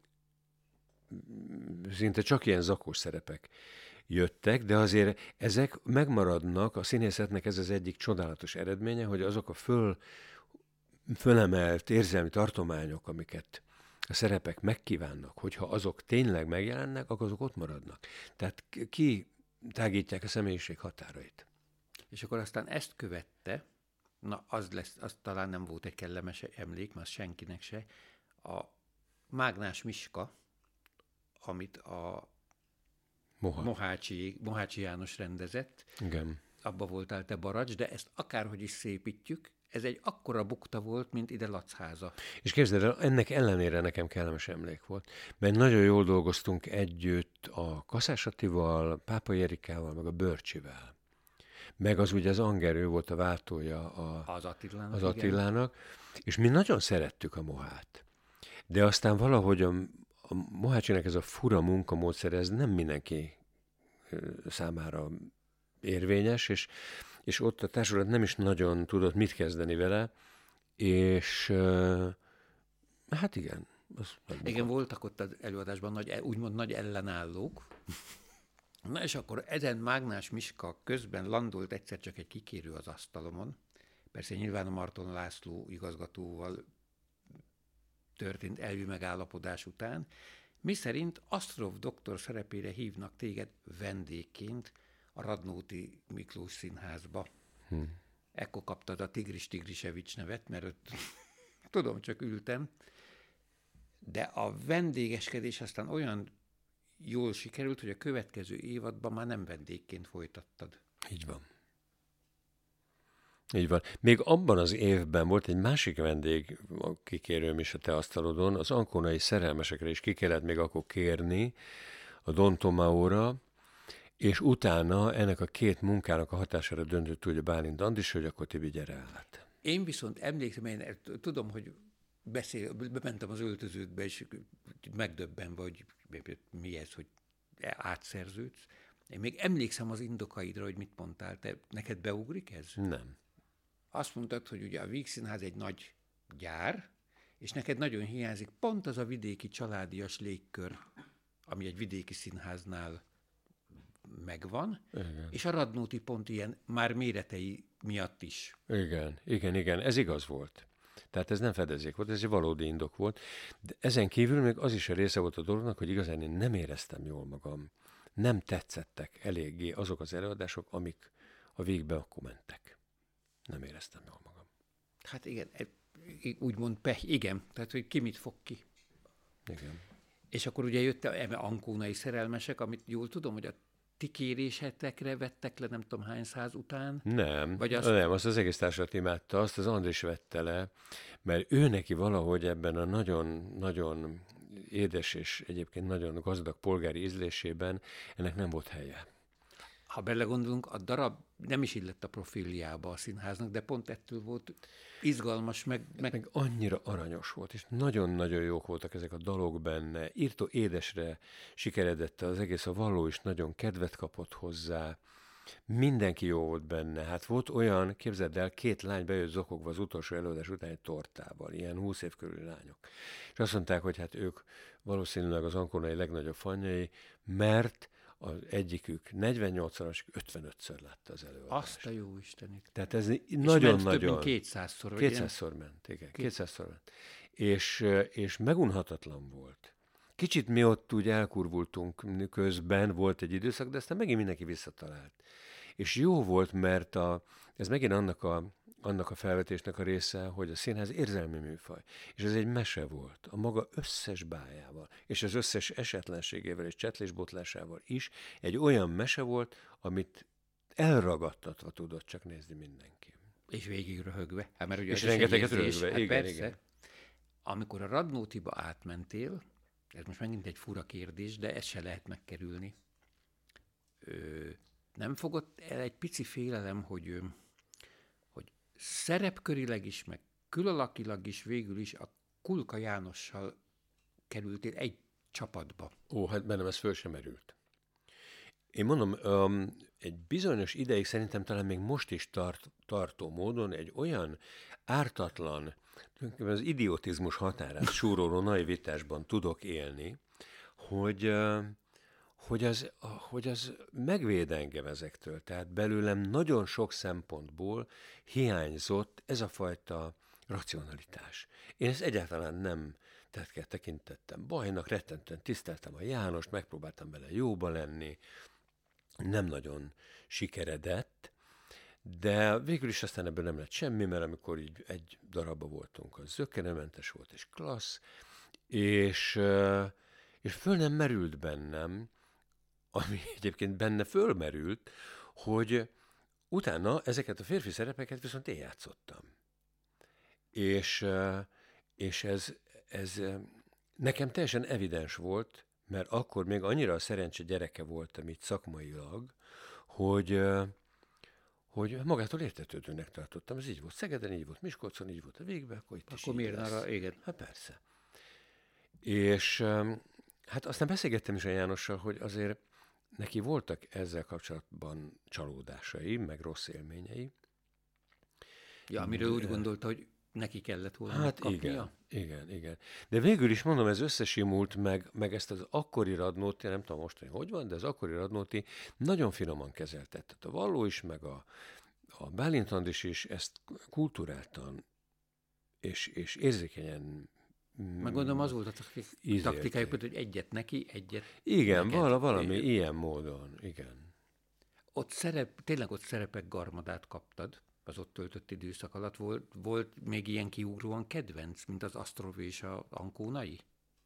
szinte csak ilyen zakós szerepek jöttek, de azért ezek megmaradnak, a színészetnek ez az egyik csodálatos eredménye, hogy azok a föl, fölemelt érzelmi tartományok, amiket a szerepek megkívánnak, hogyha azok tényleg megjelennek, akkor azok ott maradnak. Tehát ki tágítják a személyiség határait. És akkor aztán ezt követte, na az lesz, az talán nem volt egy kellemes emlék, mert senkinek se, a Mágnás Miska, amit a Moha. Mohácsi, Mohácsi János rendezett. Igen. Abba voltál te Baracs, de ezt akárhogy is szépítjük, ez egy akkora bukta volt, mint ide Lacháza. És képzeld el, ennek ellenére nekem kellemes emlék volt, mert nagyon jól dolgoztunk együtt a Kaszás Attival, Pápai Erikával, meg a Börcsivel. meg az ugye az Anger, ő volt a váltója a, Az Attilának. az Attilának, és mi nagyon szerettük a Mohát. De aztán valahogy a, a Mohácsinak ez a fura munkamódszer, ez nem mindenki számára érvényes, és, és ott a társulat nem is nagyon tudott mit kezdeni vele, és hát igen. Az igen, voltak ott az előadásban nagy, úgymond nagy ellenállók. Na és akkor ezen Mágnás Miska közben landolt egyszer csak egy kikérő az asztalomon. Persze nyilván a Marton László igazgatóval történt elvi megállapodás után, miszerint Asztrov doktor szerepére hívnak téged vendégként a Radnóti Miklós Színházba. Hm. Ekkor kaptad a Tigris Tigrisevics nevet, mert ott tudom, csak ültem. De a vendégeskedés aztán olyan jól sikerült, hogy a következő évadban már nem vendégként folytattad. Így van. Így van. Még abban az évben volt egy másik vendég, a kikérőm is a te asztalodon, az ankonai szerelmesekre is ki kellett még akkor kérni, a Don Tomaóra, és utána ennek a két munkának a hatására döntött úgy a Bálint Andis, hogy akkor Tibi, gyere át. Én viszont emlékszem, én tudom, hogy beszél, bementem az öltözőkbe, és megdöbbenve, hogy mi ez, hogy átszerződsz. Én még emlékszem az indokaidra, hogy mit mondtál. Te, neked beugrik ez? Nem. Azt mondtad, hogy ugye a Víg Színház egy nagy gyár, és neked nagyon hiányzik pont az a vidéki családias légkör, ami egy vidéki színháznál megvan, igen. És a Radnóti pont ilyen már méretei miatt is. Igen, igen, igen, ez igaz volt. Tehát ez nem fedezék volt, ez egy valódi indok volt. De ezen kívül még az is a része volt a dolognak, hogy igazán én nem éreztem jól magam. Nem tetszettek eléggé azok az előadások, amik a végbe akkor mentek. Nem éreztem jól magam. Hát igen, úgymond pech, igen, tehát hogy ki mit fog ki. Igen. És akkor ugye jött a ankónai szerelmesek, amit jól tudom, hogy a ti kérésetekre vettek le nem tudom hány száz után? Nem, vagy azt... nem, azt az egész társulat imádta, azt az Andris vette le, mert ő neki valahogy ebben a nagyon, nagyon édes és egyébként nagyon gazdag polgári ízlésében ennek nem volt helye. Ha belegondolunk, a darab nem is illett a profiljába a színháznak, de pont ettől volt izgalmas, meg... Meg, meg annyira aranyos volt, és nagyon-nagyon jók voltak ezek a dalok benne. Írtó édesre sikeredett az egész, a Valló is nagyon kedvet kapott hozzá. Mindenki jó volt benne. Hát volt olyan, képzeld el, két lány bejött zokogva az utolsó előadás után egy tortával, ilyen húsz év körüli lányok. És azt mondták, hogy hát ők valószínűleg az ankonai legnagyobb fanjai, mert az egyikük negyvennyolcszor, ötvenötször látta az előadást. Azt a jó Istenit. Tehát ez nagyon-nagyon... több mint kétszázszor. kétszázszor ment, igen. Két... kétszázszor ment. És, és megunhatatlan volt. Kicsit mi ott úgy elkurvultunk közben, volt egy időszak, de aztán megint mindenki visszatalált. És jó volt, mert a, ez megint annak a, annak a felvetésnek a része, hogy a színház érzelmi műfaj. És ez egy mese volt, a maga összes bájával, és az összes esetlenségével és csetlésbotlásával is egy olyan mese volt, amit elragadtatva tudott csak nézni mindenki. És végig röhögve. Hát, mert ugye és rengeteget röhögve, hát igen, persze, igen. Amikor a Radnótiba átmentél, ez most megint egy fura kérdés, de ezt se lehet megkerülni. Ö, nem fogott el egy pici félelem, hogy, hogy szerepkörileg is, meg külalakilag is végül is a Kulka Jánossal kerültél egy csapatba? Ó, hát bennem ez föl sem merült. Én mondom, um, egy bizonyos ideig szerintem talán még most is tart, tartó módon egy olyan ártatlan, az idiotizmus határát súroló naivitásban tudok élni, hogy, hogy, az, hogy az megvéd engem ezektől. Tehát belőlem nagyon sok szempontból hiányzott ez a fajta racionalitás. Én ezt egyáltalán nem tekintettem bajnak, rettentően tiszteltem a Jánost, megpróbáltam vele jóba lenni, nem nagyon sikeredett, de végül is aztán ebből nem lett semmi, mert amikor így egy darabba voltunk, az zökkenőmentes volt, és klassz, és, és föl nem merült bennem, ami egyébként benne fölmerült, hogy utána ezeket a férfi szerepeket viszont én játszottam. És, és ez, ez nekem teljesen evidens volt, mert akkor még annyira a szerencse gyereke voltam itt szakmailag, hogy, hogy magától értetődőnek tartottam. Ez így volt Szegeden, így volt Miskolcon, így volt a végben, akkor itt Akkor miért arra, igen. Hát persze. És hát aztán beszélgettem is a Jánossal, hogy azért neki voltak ezzel kapcsolatban csalódásai, meg rossz élményei. Ja, amiről úgy gondolta, hogy neki kellett volna hát kapnia? igen, igen, igen. De végül is mondom, ez összesimult, meg, meg ezt az akkori Radnóti, nem tudom most, hogy hogy van, de az akkori Radnóti nagyon finoman kezelte. Tehát a Valló is, meg a, a Bálint Andis is ezt kulturáltan és, és érzékenyen meg gondolom az volt a taktikájuk, hogy egyet neki, egyet igen, neked. vala, valami igen. Ilyen módon, igen. Ott szerep, tényleg ott szerepek garmadát kaptad, az ott töltött időszak alatt. Volt, volt még ilyen kiugróan kedvenc, mint az Asztrov és a Ankónai?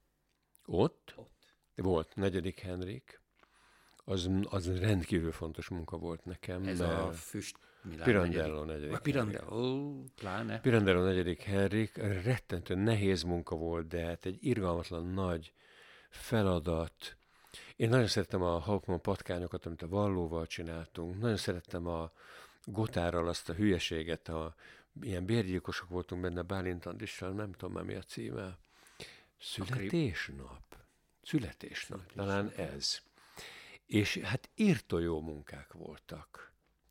Ott? Ott. Volt, negyedik Henrik. Az, az rendkívül fontos munka volt nekem. Ez a füst... Pirandello negyedik. A Pirandello, pláne. Pirandello negyedik Henrik, rettentő nehéz munka volt, de hát egy irgalmatlan nagy feladat. Én nagyon szerettem a Hauptmann patkányokat, amit a Vallóval csináltunk. Nagyon szerettem a Gotárral azt a hülyeséget, a, ilyen bérgyilkosok voltunk benne Bálint Andrissal, nem tudom már mi a címe. Születésnap. Születésnap, talán ez. És hát írtó jó munkák voltak.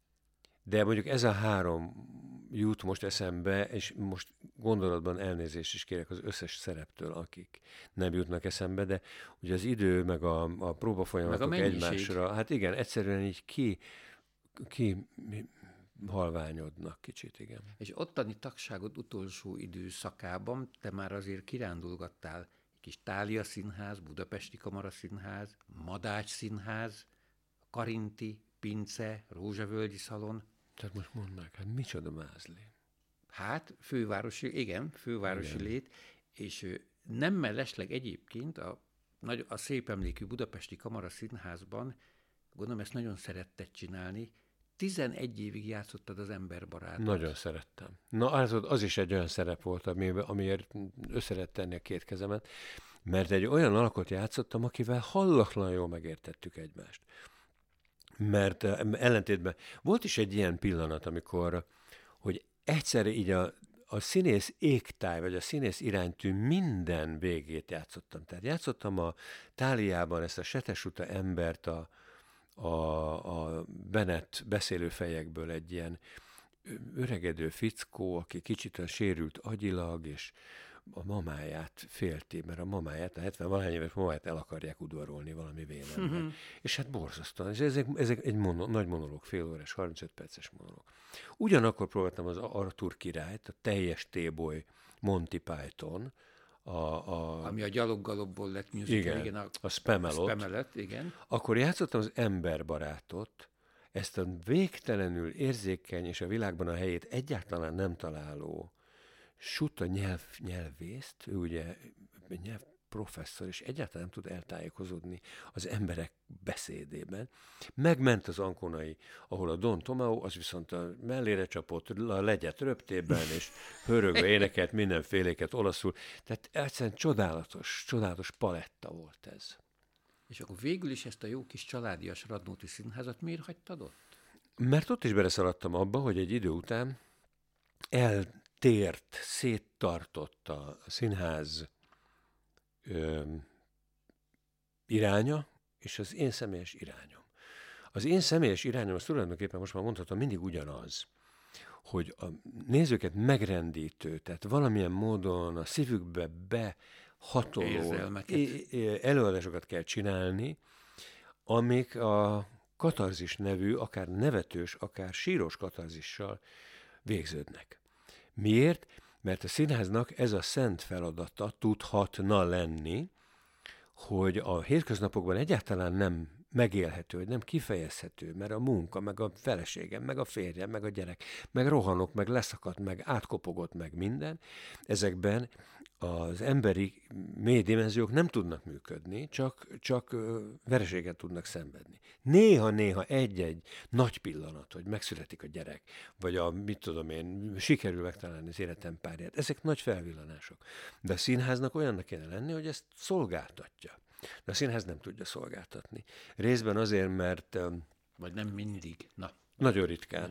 De mondjuk ez a három jut most eszembe, és most gondolatban elnézést is kérek az összes szereptől, akik nem jutnak eszembe, de ugye az idő, meg a, a próbafolyamatok egymásra, hát igen, egyszerűen így ki, ki halványodnak kicsit, igen. És ottani tagságod utolsó időszakában te már azért kirándulgattál egy kis Thália Színház, Budapesti Kamaraszínház, Madács Színház, Karinti, Pince, Rózsavölgyi Szalon. Tehát most mondd meg, hát micsoda mázli? Hát fővárosi, igen, fővárosi igen. lét, és nem mellesleg egyébként a, nagy, a szép emlékű Budapesti Kamaraszínházban, gondolom ezt nagyon szeretted csinálni, tizenegy évig játszottad az Emberbarátot. Nagyon szerettem. Na, az, az is egy olyan szerep volt, amiért össze lehet tenni a két kezemet, mert egy olyan alakot játszottam, akivel hallaklan jól megértettük egymást. Mert ellentétben volt is egy ilyen pillanat, amikor, hogy egyszerre így a, a színész égtáj, vagy a színész iránytű minden végét játszottam. Tehát játszottam a Tháliában ezt a setesuta embert, a, a, a Bennett beszélőfejekből egy ilyen öregedő fickó, aki kicsit sérült agyilag, és a mamáját félti, mert a mamáját, a hetven-valahány éves mamáját el akarják udvarolni valami vélemben. Uh-huh. És hát borzasztóan. És ezek, ezek egy mono, nagy monológ, fél órás, harmincöt perces monológ. Ugyanakkor próbáltam az Arthur királyt, a teljes T-boy Monty Python, a, a, ami a Gyaloggalobból lett musical, igen, igen, a, a Spamalot. A Spamalot, igen. Akkor játszottam az Emberbarátot, ezt a végtelenül érzékeny és a világban a helyét egyáltalán nem találó Suta nyelv, nyelvészt, ő ugye nyelvprofesszor, és egyáltalán nem tud eltájékozódni az emberek beszédében. Megment az Ankónai, ahol a Don Tomao, az viszont a mellére csapott, a legyet röptében, és hörögve énekelt mindenféléket olaszul. Tehát egyszerűen csodálatos, csodálatos paletta volt ez. És akkor végül is ezt a jó kis családias Radnóti Színházat miért hagytad ott? Mert ott is beleszaladtam abba, hogy egy idő után el tért, széttartott a színház ö, iránya, és az én személyes irányom. Az én személyes irányom, az tulajdonképpen most már mondhatom, mindig ugyanaz, hogy a nézőket megrendítő, tehát valamilyen módon a szívükbe behatoló előadásokat kell csinálni, amik a katarzis nevű, akár nevetős, akár síros katarzissal végződnek. Miért? Mert a színháznak ez a szent feladata tudhatna lenni, hogy a hétköznapokban egyáltalán nem megélhető, hogy nem kifejezhető, mert a munka, meg a feleségem, meg a férjem, meg a gyerek, meg rohanok, meg leszakadt, meg átkopogott, meg minden. Ezekben az emberi mély dimenziók nem tudnak működni, csak, csak vereséget tudnak szenvedni. Néha-néha egy-egy nagy pillanat, hogy megszületik a gyerek, vagy a, mit tudom én, sikerül megtalálni az életem párját. Ezek nagy felvillanások. De a színháznak olyannak kéne lenni, hogy ezt szolgáltatja. De a színház nem tudja szolgáltatni. Részben azért, mert... Vagy nem mindig. Na. Nagyon ritkán.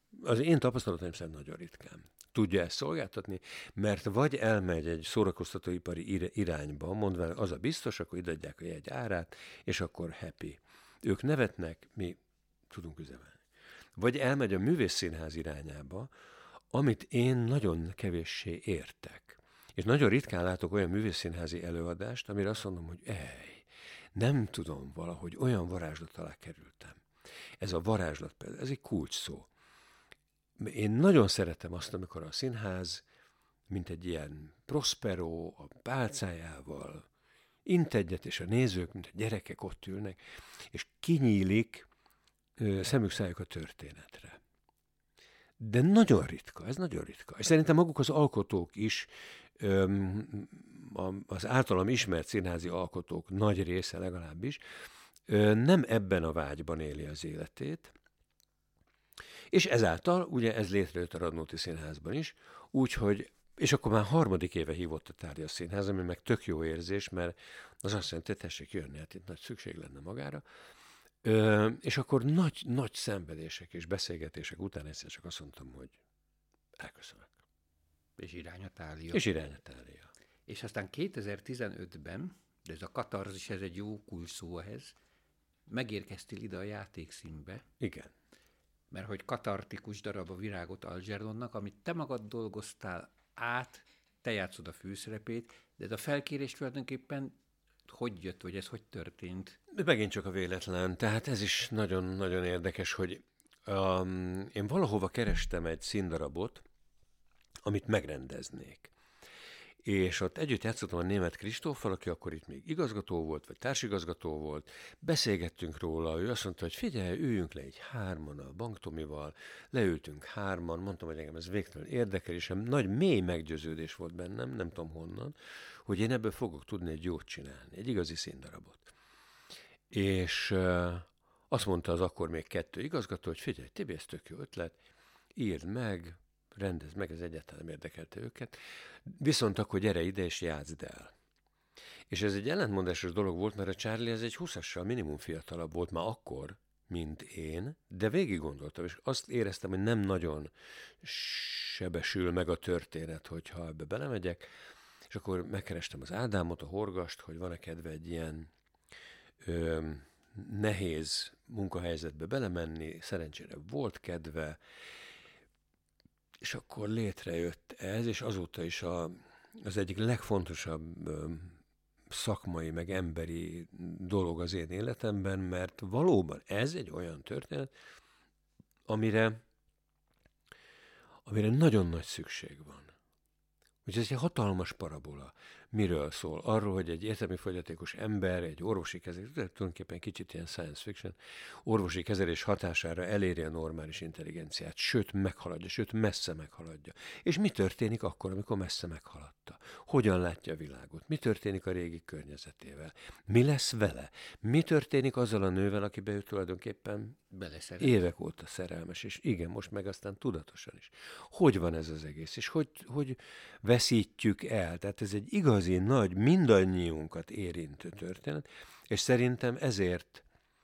az én tapasztalataim szerint nagyon ritkán tudja ezt szolgáltatni, mert vagy elmegy egy szórakoztatóipari irányba, mondván az a biztos, akkor ide adják a jegy árát, és akkor happy. Ők nevetnek, mi tudunk üzemelni. Vagy elmegy a művészszínház irányába, amit én nagyon kevéssé értek. És nagyon ritkán látok olyan művészszínházi előadást, amire azt mondom, hogy ej, nem tudom, valahogy olyan varázslat alá kerültem. Ez a varázslat például, ez egy kulcs szó. Én nagyon szeretem azt, amikor a színház, mint egy ilyen Prospero, a pálcájával, int egyet, és a nézők, mint a gyerekek ott ülnek, és kinyílik ö, szemük szájuk a történetre. De nagyon ritka, ez nagyon ritka. És szerintem maguk az alkotók is, ö, az általam ismert színházi alkotók nagy része legalábbis, ö, nem ebben a vágyban éli az életét, és ezáltal, ugye ez létrejött a Radnóti Színházban is, úgyhogy, és akkor már harmadik éve hívott a Tárgyas Színház, ami meg tök jó érzés, mert az azt jelenti, hogy tessék jönni, hát itt nagy szükség lenne magára. Ö, és akkor nagy, nagy szenvedések és beszélgetések után egyszer csak azt mondtam, hogy elköszönök. És irány a Thália. És irány a Thália. És aztán kétezer-tizenötben, de ez a katarzis, ez egy jó kulcs szó ehhez, megérkeztél ide a játékszínbe. Igen. Mert hogy katartikus darab a Virágot Algernonnak, amit te magad dolgoztál át, te játszod a főszerepét, de ez a felkérés tulajdonképpen hogy jött, vagy ez hogy történt? Megint csak a véletlen. Tehát ez is nagyon-nagyon érdekes, hogy um, én valahova kerestem egy színdarabot, amit megrendeznék. És ott együtt játszottam a Németh Kristóffal, aki akkor itt még igazgató volt, vagy társigazgató volt. Beszélgettünk róla, ő azt mondta, hogy figyelj, üljünk le egy hárman a Banktomival, leültünk hárman, mondtam, hogy engem ez végtelen érdekel, és nagy mély meggyőződés volt bennem, nem tudom honnan, hogy én ebből fogok tudni egy jót csinálni, egy igazi színdarabot. És uh, azt mondta az akkor még kettő igazgató, hogy figyelj, Tibi, ez tök jó ötlet, írd meg, rendezd meg, ez egyáltalán nem érdekelte őket. Viszont akkor gyere ide és játszd el. És ez egy ellentmondásos dolog volt, mert a Charlie ez egy húszassal minimum fiatalabb volt már akkor, mint én, de végig gondoltam, és azt éreztem, hogy nem nagyon sebesül meg a történet, hogyha ebbe belemegyek, és akkor megkerestem az Ádámot, a Horgast, hogy van-e kedve egy ilyen ö, nehéz munkahelyzetbe belemenni, szerencsére volt kedve, és akkor létrejött ez, és azóta is a, az egyik legfontosabb ö, szakmai, meg emberi dolog az én életemben, mert valóban ez egy olyan történet, amire, amire nagyon nagy szükség van. Úgyhogy ez egy hatalmas parabola. Miről szól? Arról, hogy egy értelmi fogyatékos ember, egy orvosi kezelés, tulajdonképpen kicsit ilyen science fiction, orvosi kezelés hatására eléri a normális intelligenciát, sőt meghaladja, sőt messze meghaladja. És mi történik akkor, amikor messze meghaladta? Hogyan látja a világot? Mi történik a régi környezetével? Mi lesz vele? Mi történik azzal a nővel, akibe ő tulajdonképpen Beleszeret. évek óta szerelmes, és igen, most meg aztán tudatosan is. Hogy van ez az egész, és hogy, hogy veszítjük el? Tehát ez egy igazi, nagy, mindannyiunkat érintő történet, és szerintem ezért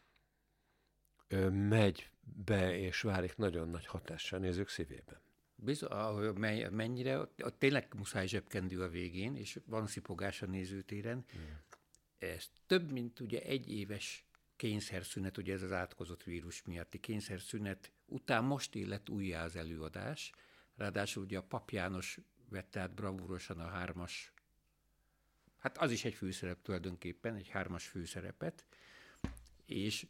ö, megy be, és válik nagyon nagy hatással nézők szívében. Bizony, ahogy mennyire, ott tényleg muszáj zsebkendő a végén, és van szipogás a nézőtéren. Hmm. Ez több, mint ugye egy éves kényszerszünet, ugye ez az átkozott vírus miatti kényszerszünet után most élet újjá az előadás. Ráadásul ugye a Pap János vette át bravúrosan a hármas, hát az is egy főszerep tulajdonképpen, egy hármas főszerepet, és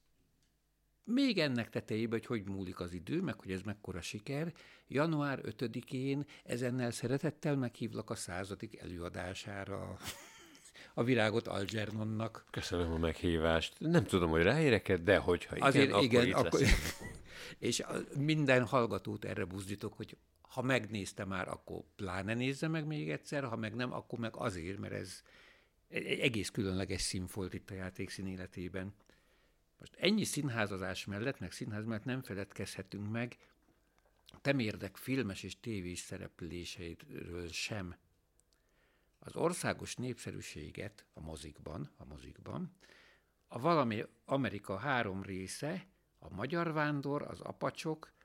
még ennek tetejében, hogy hogy múlik az idő, meg hogy ez mekkora siker, január ötödikén ezennel szeretettel meghívlak a századik előadására a Virágot Algernonnak. Köszönöm a meghívást. Nem tudom, hogy ráérek, de hogyha igen, Azért akkor igen, itt akkor leszek. És minden hallgatót erre buzdítok, hogy ha megnézte már, akkor pláne nézze meg még egyszer, ha meg nem, akkor meg azért, mert ez egy egész különleges színfolt itt a játékszín életében. Most ennyi színházazás mellett, meg színház mellett nem feledkezhetünk meg Temérdek filmes és tévés szerepléseiről sem. Az országos népszerűséget a mozikban, a mozikban, a Valami Amerika három része, a Magyar Vándor, az Apacsok,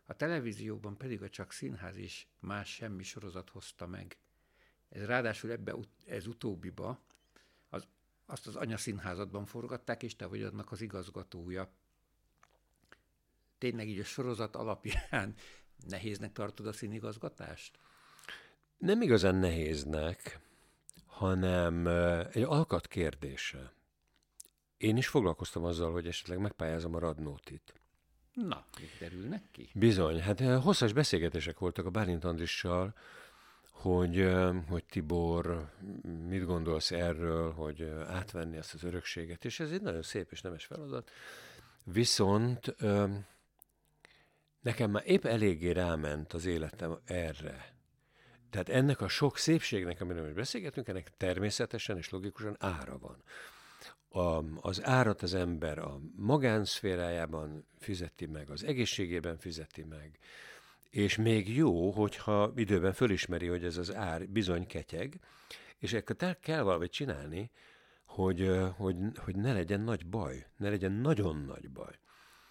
A televízióban pedig a Csak Színház is más semmi sorozat hozta meg. Ez ráadásul ebbe, ez utóbbiba az, azt az anyaszínházadban forgatták, és te vagy annak az igazgatója. Tényleg így a sorozat alapján nehéznek tartod a színigazgatást? Nem igazán nehéznek, hanem egy alkat kérdése. Én is foglalkoztam azzal, hogy esetleg megpályázom a Radnótit. Na, mit derülnek ki? Bizony, hát hosszas beszélgetések voltak a Bálint Andrissal, hogy, hogy Tibor, mit gondolsz erről, hogy átvenni ezt az örökséget, és ez egy nagyon szép és nemes feladat. Viszont nekem már épp eléggé ráment az életem erre. Tehát ennek a sok szépségnek, amiről most beszélgetünk, ennek természetesen és logikusan ára van. A, az árat az ember a magánszférájában fizeti meg, az egészségében fizeti meg, és még jó, hogyha időben fölismeri, hogy ez az ár bizony ketyeg, és ekkor kell valamit csinálni, hogy, hogy, hogy ne legyen nagy baj, ne legyen nagyon nagy baj.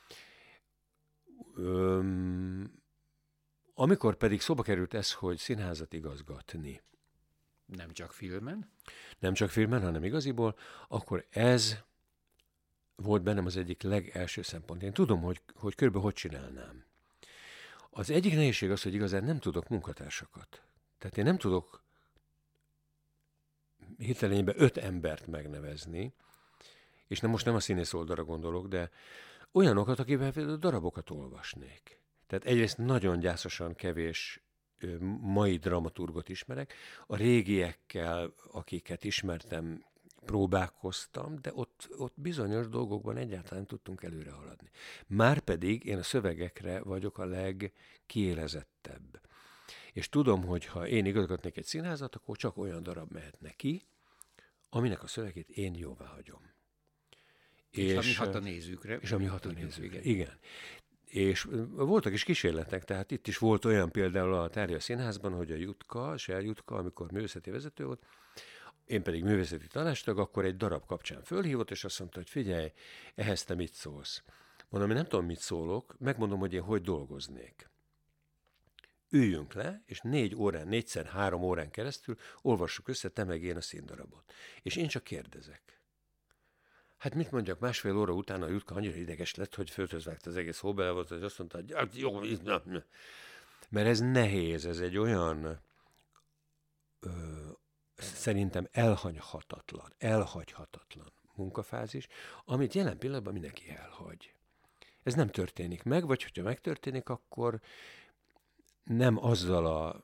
Öm, amikor pedig szóba került ez, hogy színházat igazgatni, nem csak filmen? Nem csak filmen, hanem igaziból, akkor ez volt bennem az egyik legelső szempont. Én tudom, hogy, hogy körülbelül hogy csinálnám. Az egyik nehézség az, hogy igazán nem tudok munkatársakat. Tehát én nem tudok hirtelenében öt embert megnevezni, és nem most nem a színész oldalra gondolok, de olyanokat, akivel darabokat olvasnék. Tehát egyrészt nagyon gyászosan kevés mai dramaturgot ismerek. A régiekkel, akiket ismertem, próbálkoztam, de ott, ott bizonyos dolgokban egyáltalán nem tudtunk előre haladni. Márpedig én a szövegekre vagyok a legkiélezettebb. És tudom, hogy ha én igazgatnék egy színházat, akkor csak olyan darab mehetne ki, aminek a szövegét én jóvá hagyom. És, és ami hat a nézőkre. És ami hat a nézőkre, igen. És voltak is kísérletek, tehát itt is volt olyan például a Tárja Színházban, hogy a Jutka, Ser Jutka, amikor művészeti vezető volt, én pedig művészeti tanácstag, akkor egy darab kapcsán fölhívott, és azt mondta, hogy figyelj, ehhez te mit szólsz? Mondom, én nem tudom, mit szólok, megmondom, hogy én hogy dolgoznék. Üljünk le, és négy órán, négyszer, három órán keresztül olvassuk össze te meg én a színdarabot. És én csak kérdezek. Hát mit mondjak, másfél óra után a Jutka annyira ideges lett, hogy föltözvágta az egész hóbele volt, hogy azt mondta, hogy jó, mert ez nehéz, ez egy olyan ö, szerintem elhagyhatatlan, elhagyhatatlan munkafázis, amit jelen pillanatban mindenki elhagy. Ez nem történik meg, vagy hogyha megtörténik, akkor nem azzal a,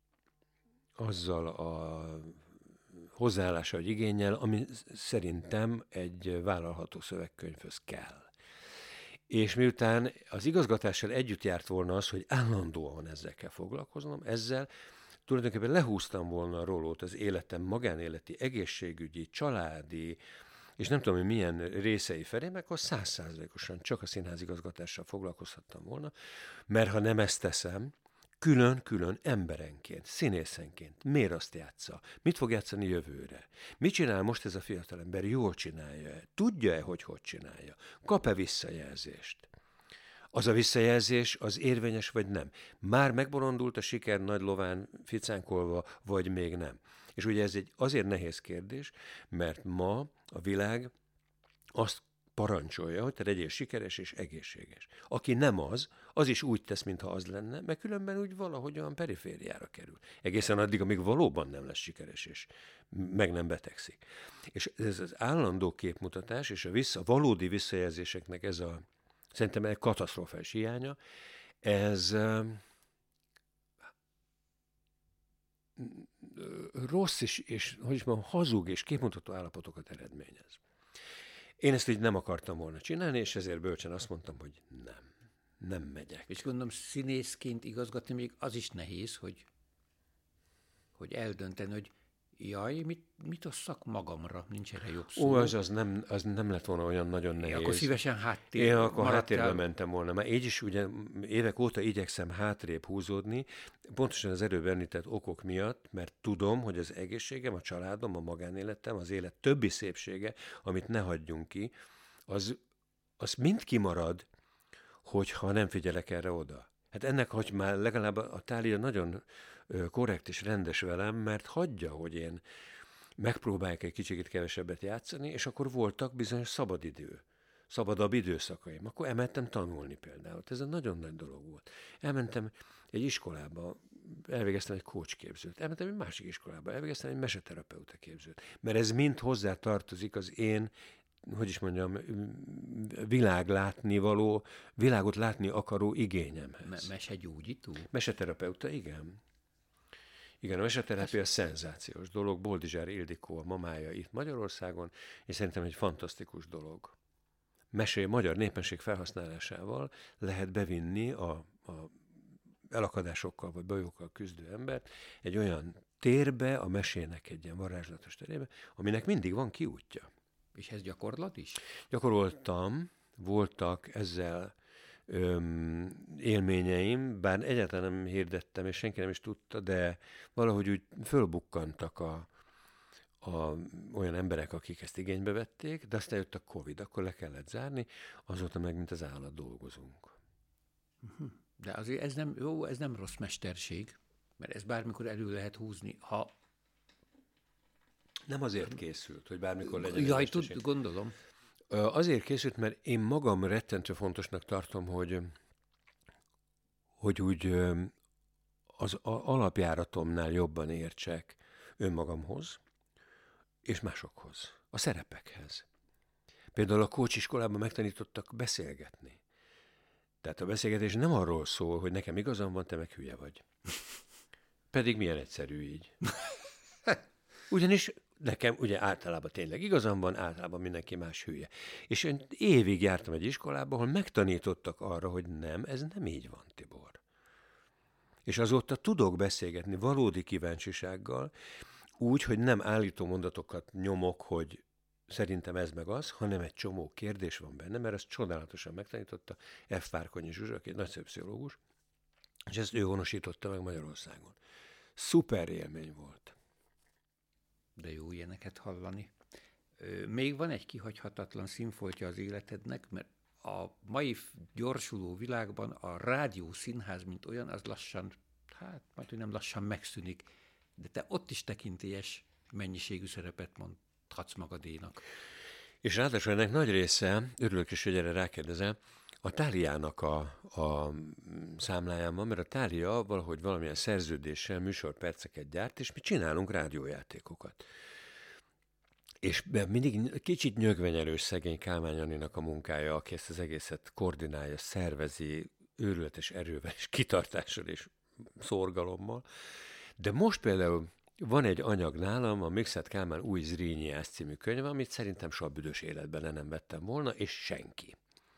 azzal a hozzáállása, vagy igénnyel, ami szerintem egy vállalható szövegkönyvhöz kell. És miután az igazgatással együtt járt volna az, hogy állandóan ezzel kell foglalkoznom, ezzel tulajdonképpen lehúztam volna a rólót az életem magánéleti, egészségügyi, családi, és nem tudom, hogy milyen részei felé, meg akkor száz százalékosan csak a színházigazgatással foglalkozhattam volna, mert ha nem ezt teszem, külön-külön emberenként, színészenként, miért azt játsza? Mit fog játszani jövőre? Mit csinál most ez a fiatalember? Jól csinálja-e? Tudja-e, hogy hogy csinálja? Kap-e visszajelzést? Az a visszajelzés az érvényes, vagy nem? Már megbolondult a siker nagy lován ficánkolva, vagy még nem? És ugye ez egy azért nehéz kérdés, mert ma a világ azt parancsolja, hogy te legyél sikeres és egészséges. Aki nem az, az is úgy tesz, mintha az lenne, mert különben úgy valahogyan perifériára kerül. Egészen addig, amíg valóban nem lesz sikeres, és meg nem betegszik. És ez az állandó képmutatás, és a vissza, valódi visszajelzéseknek ez a, szerintem egy katasztrofális hiánya, ez rossz és, és hogy is mondjam, hazug és képmutató állapotokat eredményez. Én ezt így nem akartam volna csinálni, és ezért bölcsen azt mondtam, hogy nem, nem megyek. És gondolom, színészként igazgatni még az is nehéz, hogy, hogy eldönteni, hogy jaj, mit, mit osszak magamra, nincs erre jobb szó. Ó, az, az, nem, az nem lett volna olyan nagyon nehéz. Én akkor szívesen háttér. Én akkor háttérbe mentem volna. Már így is ugye évek óta igyekszem hátrébb húzódni, pontosan az előbb említett okok miatt, mert tudom, hogy az egészségem, a családom, a magánéletem, az élet többi szépsége, amit ne hagyjunk ki, az, az mind kimarad, hogyha nem figyelek erre oda. Hát ennek, hogy már legalább a Thália nagyon korrekt és rendes velem, mert hagyja, hogy én megpróbálják egy kicsit kevesebbet játszani, és akkor voltak bizonyos szabadidő, szabadabb időszakaim. Akkor elmentem tanulni például. Ez egy nagyon nagy dolog volt. Elmentem egy iskolába, elvégeztem egy coachképzőt. Elmentem egy másik iskolába, elvégeztem egy meseterapeuta képzőt. Mert ez mind hozzá tartozik az én, hogy is mondjam, világ látni való, világot látni akaró igényemhez. Me- mesegyógyító? Meseterapeuta, igen. Igen, a meseterápia szenzációs dolog. Boldizsár Ildikó a mamája itt Magyarországon, és szerintem egy fantasztikus dolog. Mesé, magyar népesség felhasználásával lehet bevinni a, a elakadásokkal vagy bajokkal küzdő embert egy olyan térbe, a mesének egy ilyen varázslatos terébe, aminek mindig van kiútja. És ez gyakorlat is? Gyakoroltam, voltak ezzel öm, élményeim, bár egyáltalán nem hirdettem, és senki nem is tudta, de valahogy úgy fölbukkantak a, a, olyan emberek, akik ezt igénybe vették, de aztán jött a Covid, akkor le kellett zárni, azóta meg, mint az állat dolgozunk. De azért ez nem, jó, ez nem rossz mesterség, mert ez bármikor elő lehet húzni, ha... Nem azért készült, hogy bármikor legyen. Jaj, tud, gondolom. Azért készült, mert én magam rettentő fontosnak tartom, hogy, hogy úgy az alapjáratomnál jobban értsek önmagamhoz és másokhoz, a szerepekhez. Például a coach iskolában megtanítottak beszélgetni. Tehát a beszélgetés nem arról szól, hogy nekem igazam van, te meg hülye vagy. Pedig milyen egyszerű így. Ugyanis nekem ugye általában tényleg igazam van, általában mindenki más hülye. És én évig jártam egy iskolába, ahol megtanítottak arra, hogy nem, ez nem így van, Tibor. És azóta tudok beszélgetni valódi kíváncsisággal, úgy, hogy nem állító mondatokat nyomok, hogy szerintem ez meg az, hanem egy csomó kérdés van benne, mert ezt csodálatosan megtanította F. Várkonyi Zsuzsa, aki egy nagyszerű pszichológus, és ezt ő honosította meg Magyarországon. Szuper élmény volt. De jó ilyeneket hallani. Még van egy kihagyhatatlan színfoltja az életednek, mert a mai gyorsuló világban a rádió színház, mint olyan, az lassan, hát majd, hogy nem lassan megszűnik, de te ott is tekintélyes mennyiségű szerepet mondhatsz magadénak. És ráadásul ennek nagy része, örülök is, hogy erre rákérdezel, a Tháliának a, a számláján van, mert a Thália valahogy valamilyen szerződéssel műsorperceket gyárt, és mi csinálunk rádiójátékokat. És mindig kicsit nyögvenyelős szegény Kálmán Janinak a munkája, aki ezt az egészet koordinálja, szervezi, őrületes erővel és kitartással és szorgalommal. De most például van egy anyag nálam, a Mixed Kálmán új Zrínyiás című könyve, amit szerintem soha büdös életben le nem vettem volna, és senki.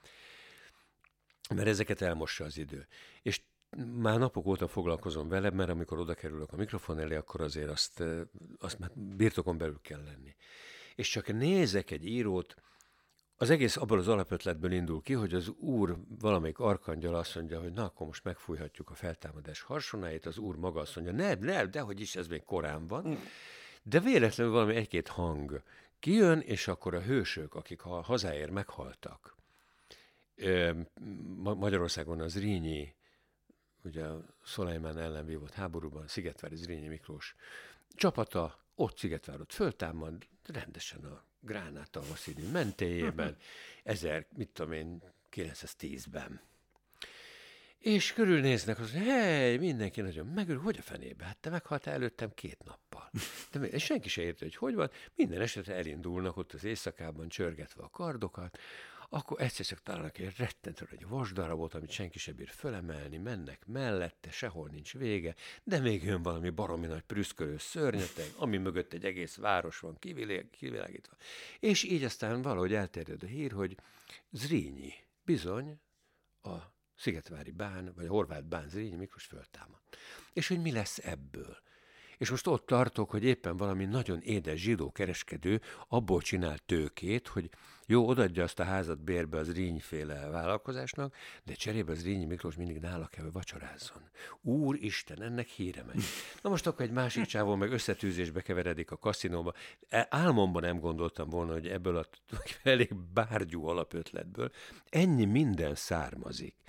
Mert ezeket elmossa az idő. És már napok óta foglalkozom vele, mert amikor oda kerülök a mikrofon elé, akkor azért azt, azt már birtokon belül kell lenni. És csak nézek egy írót, az egész abból az alapötletből indul ki, hogy az úr valamelyik arkangyal azt mondja, hogy na, akkor most megfújhatjuk a feltámadás harsonáit, az úr maga azt mondja, nem, nem, dehogy is, ez még korán van. De véletlenül valami egy-két hang kijön, és akkor a hősök, akik a hazáért meghaltak, Magyarországon az Zrínyi, ugye a Szolajmán ellen vívott háborúban, Szigetvári Zrínyi Miklós csapata ott Szigetvárot föltámad, rendesen a gránáttal színű mentélyében, ezer, mit tudom én, kilencszáztízben. És körülnéznek, az, hely, mindenki nagyon megörül, hogy a fenébe? Hát te meghaltál előttem két nappal. De és senki se érti, hogy hogy van, minden esetre elindulnak ott az éjszakában csörgetve a kardokat, akkor egyszer csak találnak egy rettentő egy vasdarabot, amit senki sem bír fölemelni, mennek mellette, sehol nincs vége, de még jön valami baromi nagy prüszkölő szörnyeteg, ami mögött egy egész város van kivilágítva. És így aztán valahogy elterjed a hír, hogy Zrínyi bizony a Szigetvári bán, vagy a horvát bán Zrínyi Miklós föltámadt. És hogy mi lesz ebből? És most ott tartok, hogy éppen valami nagyon édes zsidó kereskedő abból csinál tőkét, hogy jó, odaadja azt a házat bérbe az Zrínyi-féle vállalkozásnak, de cserébe az Zrínyi Miklós mindig nála kell, hogy vacsorázzon. Úristen, ennek híre megy. Na most akkor egy másik csávó meg összetűzésbe keveredik a kaszinóba. Álmomban nem gondoltam volna, hogy ebből a elég bárgyú alapötletből ennyi minden származik.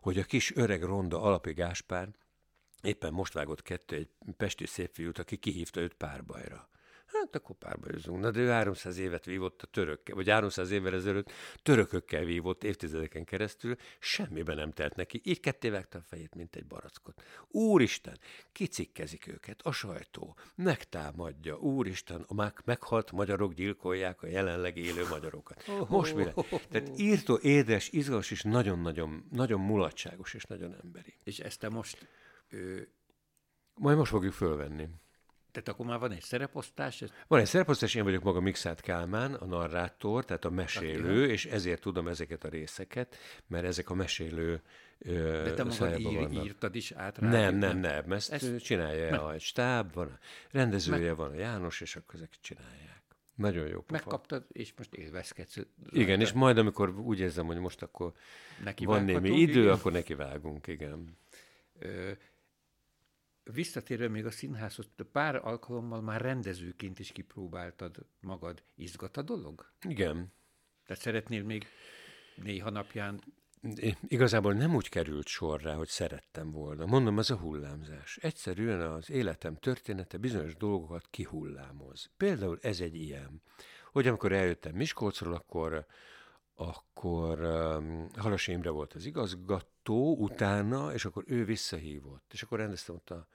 hogy a kis öreg ronda Alapi Gáspár éppen most vágott kettő egy pesti szép fiút, aki kihívta őt párbajra. Hát akkor párbajozunk. Na, de ő háromszáz évet vívott a törökkel, vagy háromszáz évvel ezelőtt törökökkel vívott évtizedeken keresztül, semmiben nem telt neki. Így ketté vágta a fejét, mint egy barackot. Úristen, kicikkezik őket, a sajtó, megtámadja, úristen, a meghalt magyarok gyilkolják a jelenleg élő magyarokat. Most mire? Tehát írtó, édes, izgalmas és nagyon-nagyon nagyon mulatságos és nagyon emberi. És ezt te most... Ö... Majd most fogjuk fölvenni. Tehát akkor már van egy szereposztás? Ezt... Van egy szereposztás, én vagyok maga Mikszáth Kálmán, a narrátor, tehát a mesélő, és ezért tudom ezeket a részeket, mert ezek a mesélő ö, De te magad ír, írtad is át rá? Nem, nem, nem, ezt, ezt csinálja meg... a stáb, van a rendezője, meg... van a János, és akkor ezek csinálják. Nagyon jó pofa. Megkaptad, és most élvezkedsz. Igen, és majd amikor úgy érzem, hogy most akkor neki van némi idő, igen. Akkor nekivágunk, igen. Ö... Visszatérve még a színházhoz, pár alkalommal már rendezőként is kipróbáltad magad. Izgat a dolog? Igen. Tehát szeretnél még néha napján... Igazából nem úgy került sorra, hogy szerettem volna. Mondom, ez a hullámzás. Egyszerűen az életem története bizonyos dolgokat kihullámoz. Például ez egy ilyen, hogy amikor eljöttem Miskolcról, akkor, akkor um, Halas Imre volt az igazgató utána, és akkor ő visszahívott. És akkor rendeztem ott a,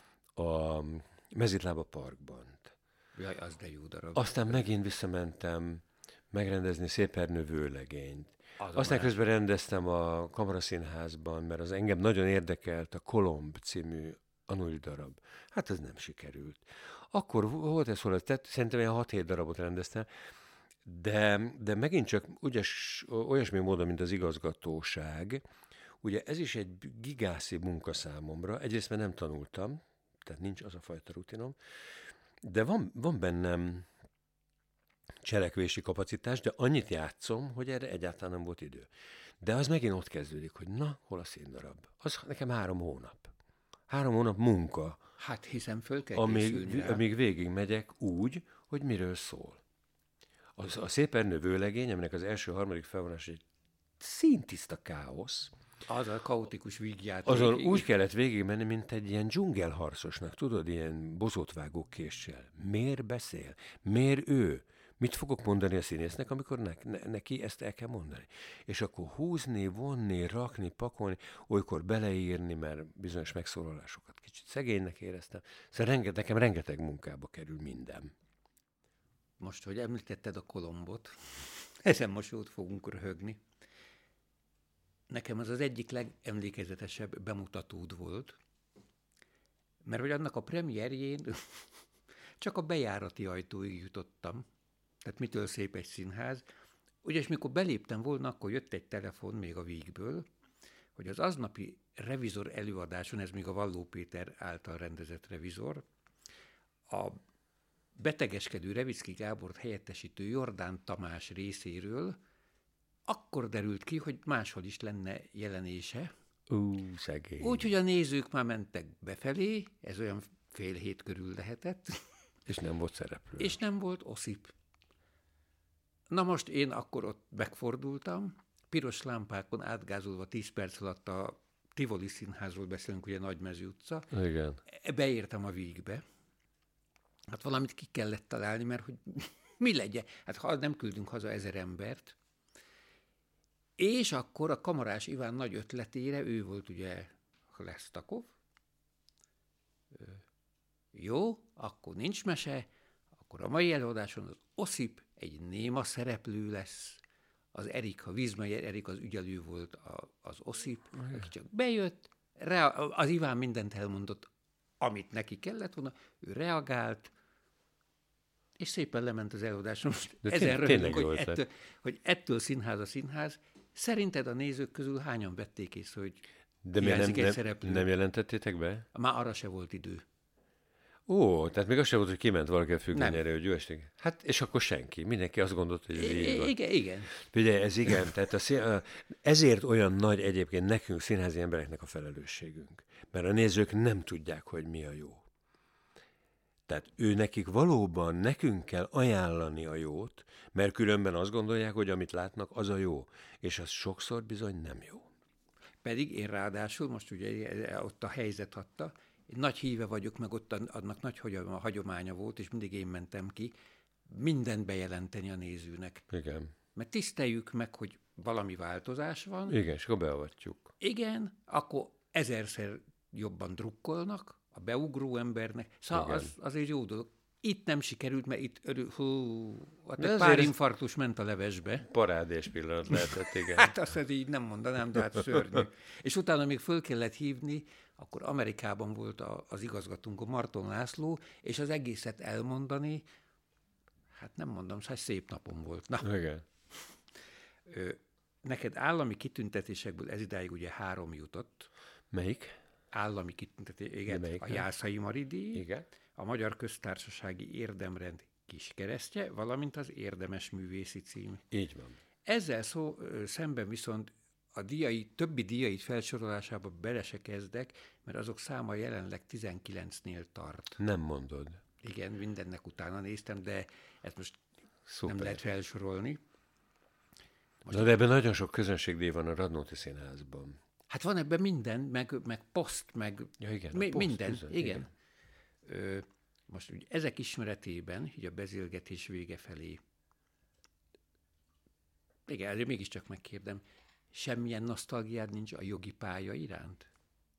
a Mezitlába Parkban. Jaj, az de jó darab. Aztán megint visszamentem megrendezni Szép Ernő vőlegényt. Az Aztán közben rendeztem a Kamaraszínházban, mert az engem nagyon érdekelt a Kolomb című Anúj darab. Hát ez nem sikerült. Akkor volt ez hol, tehát szerintem ilyen hat-hét darabot rendeztem, de, de megint csak ügyes, olyasmi módon, mint az igazgatóság. Ugye ez is egy gigászi munka számomra. Egyrészt mert nem tanultam, tehát nincs az a fajta rutinom, de van, van bennem cselekvési kapacitás, de annyit játszom, hogy erre egyáltalán nem volt idő. De az megint ott kezdődik, hogy na, hol a színdarab? Az nekem három hónap. Három hónap munka. Hát hiszen föl kell amíg, amíg végig megyek úgy, hogy miről szól. Az, a Szép Ernő vőlegény, aminek az első, harmadik felvonás egy színtiszta káosz. Az a kaotikus vígjáték. Azon úgy kellett végigmenni, mint egy ilyen dzsungelharcosnak, tudod, ilyen bozótvágó késsel. Miért beszél? Miért ő? Mit fogok mondani a színésznek, amikor ne, ne, neki ezt el kell mondani? És akkor húzni, vonni, rakni, pakolni, olykor beleírni, mert bizonyos megszólalásokat kicsit szegénynek éreztem. Szóval renget, nekem rengeteg munkába kerül minden. Most, hogy említetted a Kolombot, ezen most jót fogunk röhögni. Nekem az az egyik legemlékezetesebb bemutatód volt, mert hogy annak a premierjén csak a bejárati ajtóig jutottam, tehát mitől szép egy színház. Ugyanis mikor beléptem volna, akkor jött egy telefon még a Vígből, hogy az aznapi revizor előadáson, ez még a Valló Péter által rendezett revizor, a betegeskedő Revicki Gábort helyettesítő Jordán Tamás részéről akkor derült ki, hogy máshol is lenne jelenése. Ú, szegény. Úgyhogy a nézők már mentek befelé, ez olyan fél hét körül lehetett. És nem volt szereplő. És nem volt oszip. Na most én akkor ott megfordultam, piros lámpákon átgázolva tíz perc alatt a Tivoli Színházról beszélünk, ugye Nagymező utca. Igen. Beértem a Vígbe. Hát valamit ki kellett találni, mert hogy mi legyen? Hát ha nem küldünk haza ezer embert. És akkor a Kamarás Iván nagy ötletére, ő volt ugye Lesztakov. Jó, akkor nincs mese, akkor a mai előadáson az oszip egy néma szereplő lesz. Az Erik, a Vízmeyer Erik az ügyelő volt a, az oszip, aki csak bejött, rea- az Iván mindent elmondott, amit neki kellett volna, ő reagált, és szépen lement az előadáson. Most ezen röhögünk, hogy ettől, hogy ettől színház a színház. Szerinted a nézők közül hányan vették észre, hogy de hiányzik nem, egy szereplő? Nem jelentettétek be? Már arra se volt idő. Ó, tehát még az sem volt, hogy kiment valaki a függönyre, hogy jösték. Hát, és akkor senki. Mindenki azt gondolta, hogy ez így van. Igen, igen. Ugye, ez igen. Tehát a szín, ezért olyan nagy egyébként nekünk, színházi embereknek a felelősségünk. Mert a nézők nem tudják, hogy mi a jó. Tehát ő nekik valóban nekünk kell ajánlani a jót, mert különben azt gondolják, hogy amit látnak, az a jó. És az sokszor bizony nem jó. Pedig én ráadásul, most ugye ott a helyzet hatta, én nagy híve vagyok, meg ott annak nagy hagyománya volt, és mindig én mentem ki, mindent bejelenteni a nézőnek. Igen. Mert tiszteljük meg, hogy valami változás van. Igen, és akkor beavatjuk. Igen, akkor ezerszer jobban drukkolnak a beugró embernek. Szóval az, azért jó dolog. Itt nem sikerült, mert itt örül, hú, hát egy pár infarktus ment a levesbe. Parádés pillanat lehetett, igen. Hát azt így nem mondanám, de hát szörnyű. És utána még föl kellett hívni, akkor Amerikában volt a, az igazgatónk, a Marton László, és az egészet elmondani, hát nem mondom, szóval szép napom volt. Na. Igen. Ö, neked állami kitüntetésekből ez idáig ugye három jutott. Melyik? Állami kitüntetés, igen, a Jászai Mari díj, igen. A Magyar Köztársasági Érdemrend kiskeresztje, valamint az Érdemes Művészi cím. Így van. Ezzel szó, ö, szemben viszont a díjai, többi díjait felsorolásába bele se kezdek, mert azok száma jelenleg tizenkilencnél tart. Nem mondod. Igen, mindennek utána néztem, de ezt most Szuper. nem lehet felsorolni. Most Na, de ebben nagyon sok közönségdíj van a Radnóti Színházban. Hát van ebben minden, meg, meg poszt, meg ja, igen, mi, poszt, minden. Üzön, igen. igen. Ö, most ugye ezek ismeretében, így a beszélgetés vége felé, igen, azért mégiscsak megkérdem, semmilyen nosztalgiád nincs a jogi pálya iránt?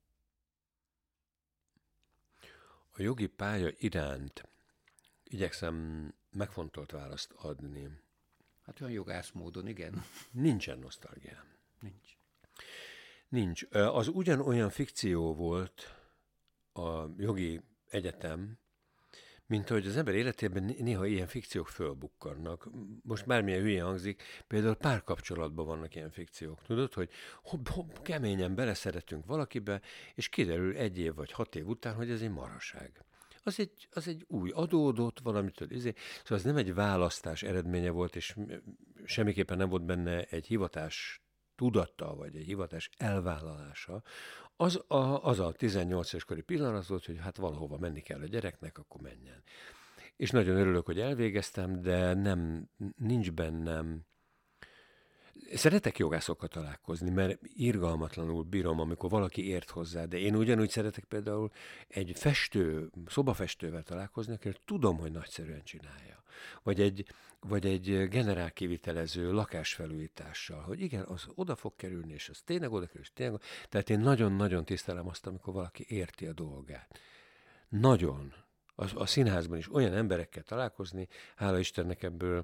A jogi pálya iránt igyekszem megfontolt választ adni. Hát olyan jogász módon, igen. Nincsen nosztalgiám. Nincs. Nincs. Az ugyanolyan fikció volt a jogi egyetem, mint ahogy az ember életében néha ilyen fikciók fölbukkannak. Most bármilyen hülye hangzik, például párkapcsolatban vannak ilyen fikciók. Tudod, hogy hopp, hopp, keményen beleszeretünk valakibe, és kiderül egy év vagy hat év után, hogy ez egy maraság. Az egy, az egy új adódott valamitől. Szóval ez nem egy választás eredménye volt, és semmiképpen nem volt benne egy hivatás tudatta, vagy egy hivatás elvállalása. Az a, az a tizennyolc éves kori pillanat volt, hogy hát valahova menni kell a gyereknek, akkor menjen. És nagyon örülök, hogy elvégeztem, de nem, nincs bennem. Szeretek jogászokkal találkozni, mert irgalmatlanul bírom, amikor valaki ért hozzá, de én ugyanúgy szeretek például egy festő, szobafestővel találkozni, aki tudom, hogy nagyszerűen csinálja. Vagy egy, vagy egy generálkivitelező lakásfelújítással, hogy igen, az oda fog kerülni, és az tényleg oda kerül, és tényleg. Tehát én nagyon-nagyon tisztelem azt, amikor valaki érti a dolgát. Nagyon. A, a színházban is olyan emberekkel találkozni, hála Istennek ebből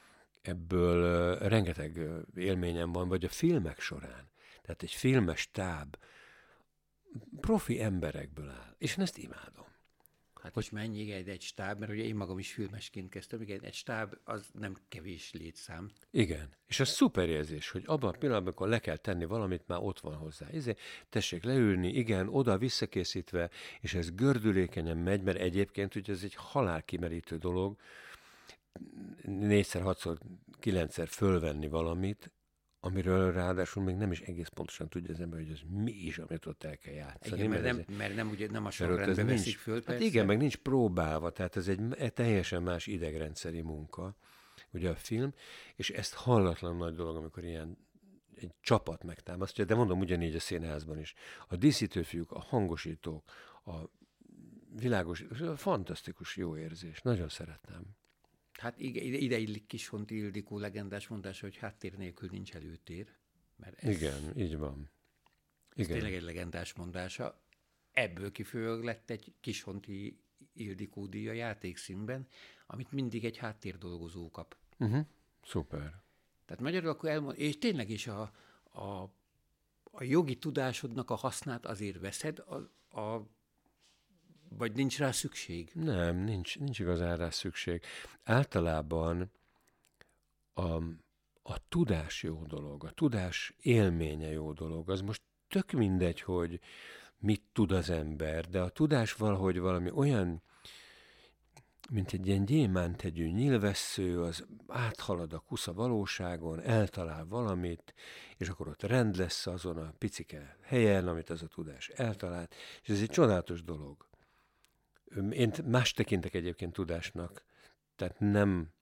Ebből uh, rengeteg uh, élményem van, vagy a filmek során. Tehát egy filmes stáb profi emberekből áll, és én ezt imádom. Hát hogy mennyi egy, egy stáb, mert ugye én magam is filmesként kezdtem, igen, egy stáb az nem kevés létszám. Igen, és az szuper érzés, hogy abban a pillanatban, amikor le kell tenni valamit, már ott van hozzá. Ezért tessék leülni, igen, oda visszakészítve, és ez gördülékenyen megy, mert egyébként ugye ez egy halálkimerítő dolog, négyszer, hatszor, kilencszer fölvenni valamit, amiről ráadásul még nem is egész pontosan tudja az ember, hogy ez mi is, amit ott el kell játszani. Igen, mert, mert, nem, mert nem, ugye, nem a sorrendben veszik nincs, föl, hát igen, meg nincs próbálva, tehát ez egy, egy teljesen más idegrendszeri munka, ugye a film, és ezt hallatlan nagy dolog, amikor ilyen egy csapat megtámasztja, de mondom ugyanígy a színházban is. A díszítőfiúk, a hangosítók, a világos, fantasztikus jó érzés, nagyon szeretem. Hát ide, ide illik Kishont Ildikó legendás mondása, hogy háttér nélkül nincs előtér. Mert ez, igen, így van. Ez igen. Tényleg egy legendás mondása. Ebből kifolyólag lett egy Kishonti Ildikó díj a játékszínben, amit mindig egy háttérdolgozó kap. Uh-huh. Szuper. Tehát magyarul akkor elmond, és tényleg is a, a, a jogi tudásodnak a hasznát azért veszed, a, a vagy nincs rá szükség? Nem, nincs, nincs igazán rá szükség. Általában a, a tudás jó dolog, a tudás élménye jó dolog. Az most tök mindegy, hogy mit tud az ember, de a tudás valahogy valami olyan, mint egy ilyen gyémánthegyű nyílvessző, az áthalad a kusza valóságon, eltalál valamit, és akkor ott rend lesz azon a picike helyen, amit az a tudás eltalált, és ez egy csodálatos dolog. Én más tekintek egyébként tudásnak, tehát nem,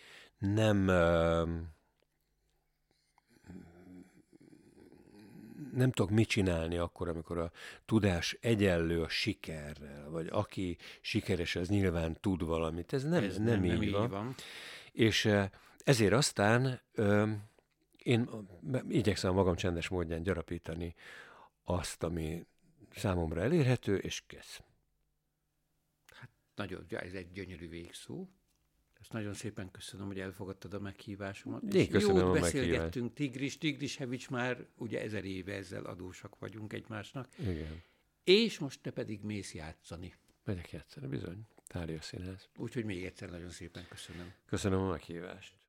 nem, nem tudok mit csinálni akkor, amikor a tudás egyenlő a sikerrel, vagy aki sikeres, az nyilván tud valamit. Ez nem, Ez nem, nem, így, nem így van. van. És ezért aztán ö, én igyekszem magam csendes módján gyarapítani azt, ami számomra elérhető, és kész. Hát nagyon, ja, ez egy gyönyörű végszó. Ezt nagyon szépen köszönöm, hogy elfogadtad a meghívásomat. Én köszönöm jót a beszélgettünk, Tigris, Tigrisevics már ugye ezer éve ezzel adósak vagyunk egymásnak. Igen. És most te pedig mész játszani. Megyek játszani, bizony. Thália Színház. Úgyhogy még egyszer nagyon szépen köszönöm. Köszönöm a meghívást.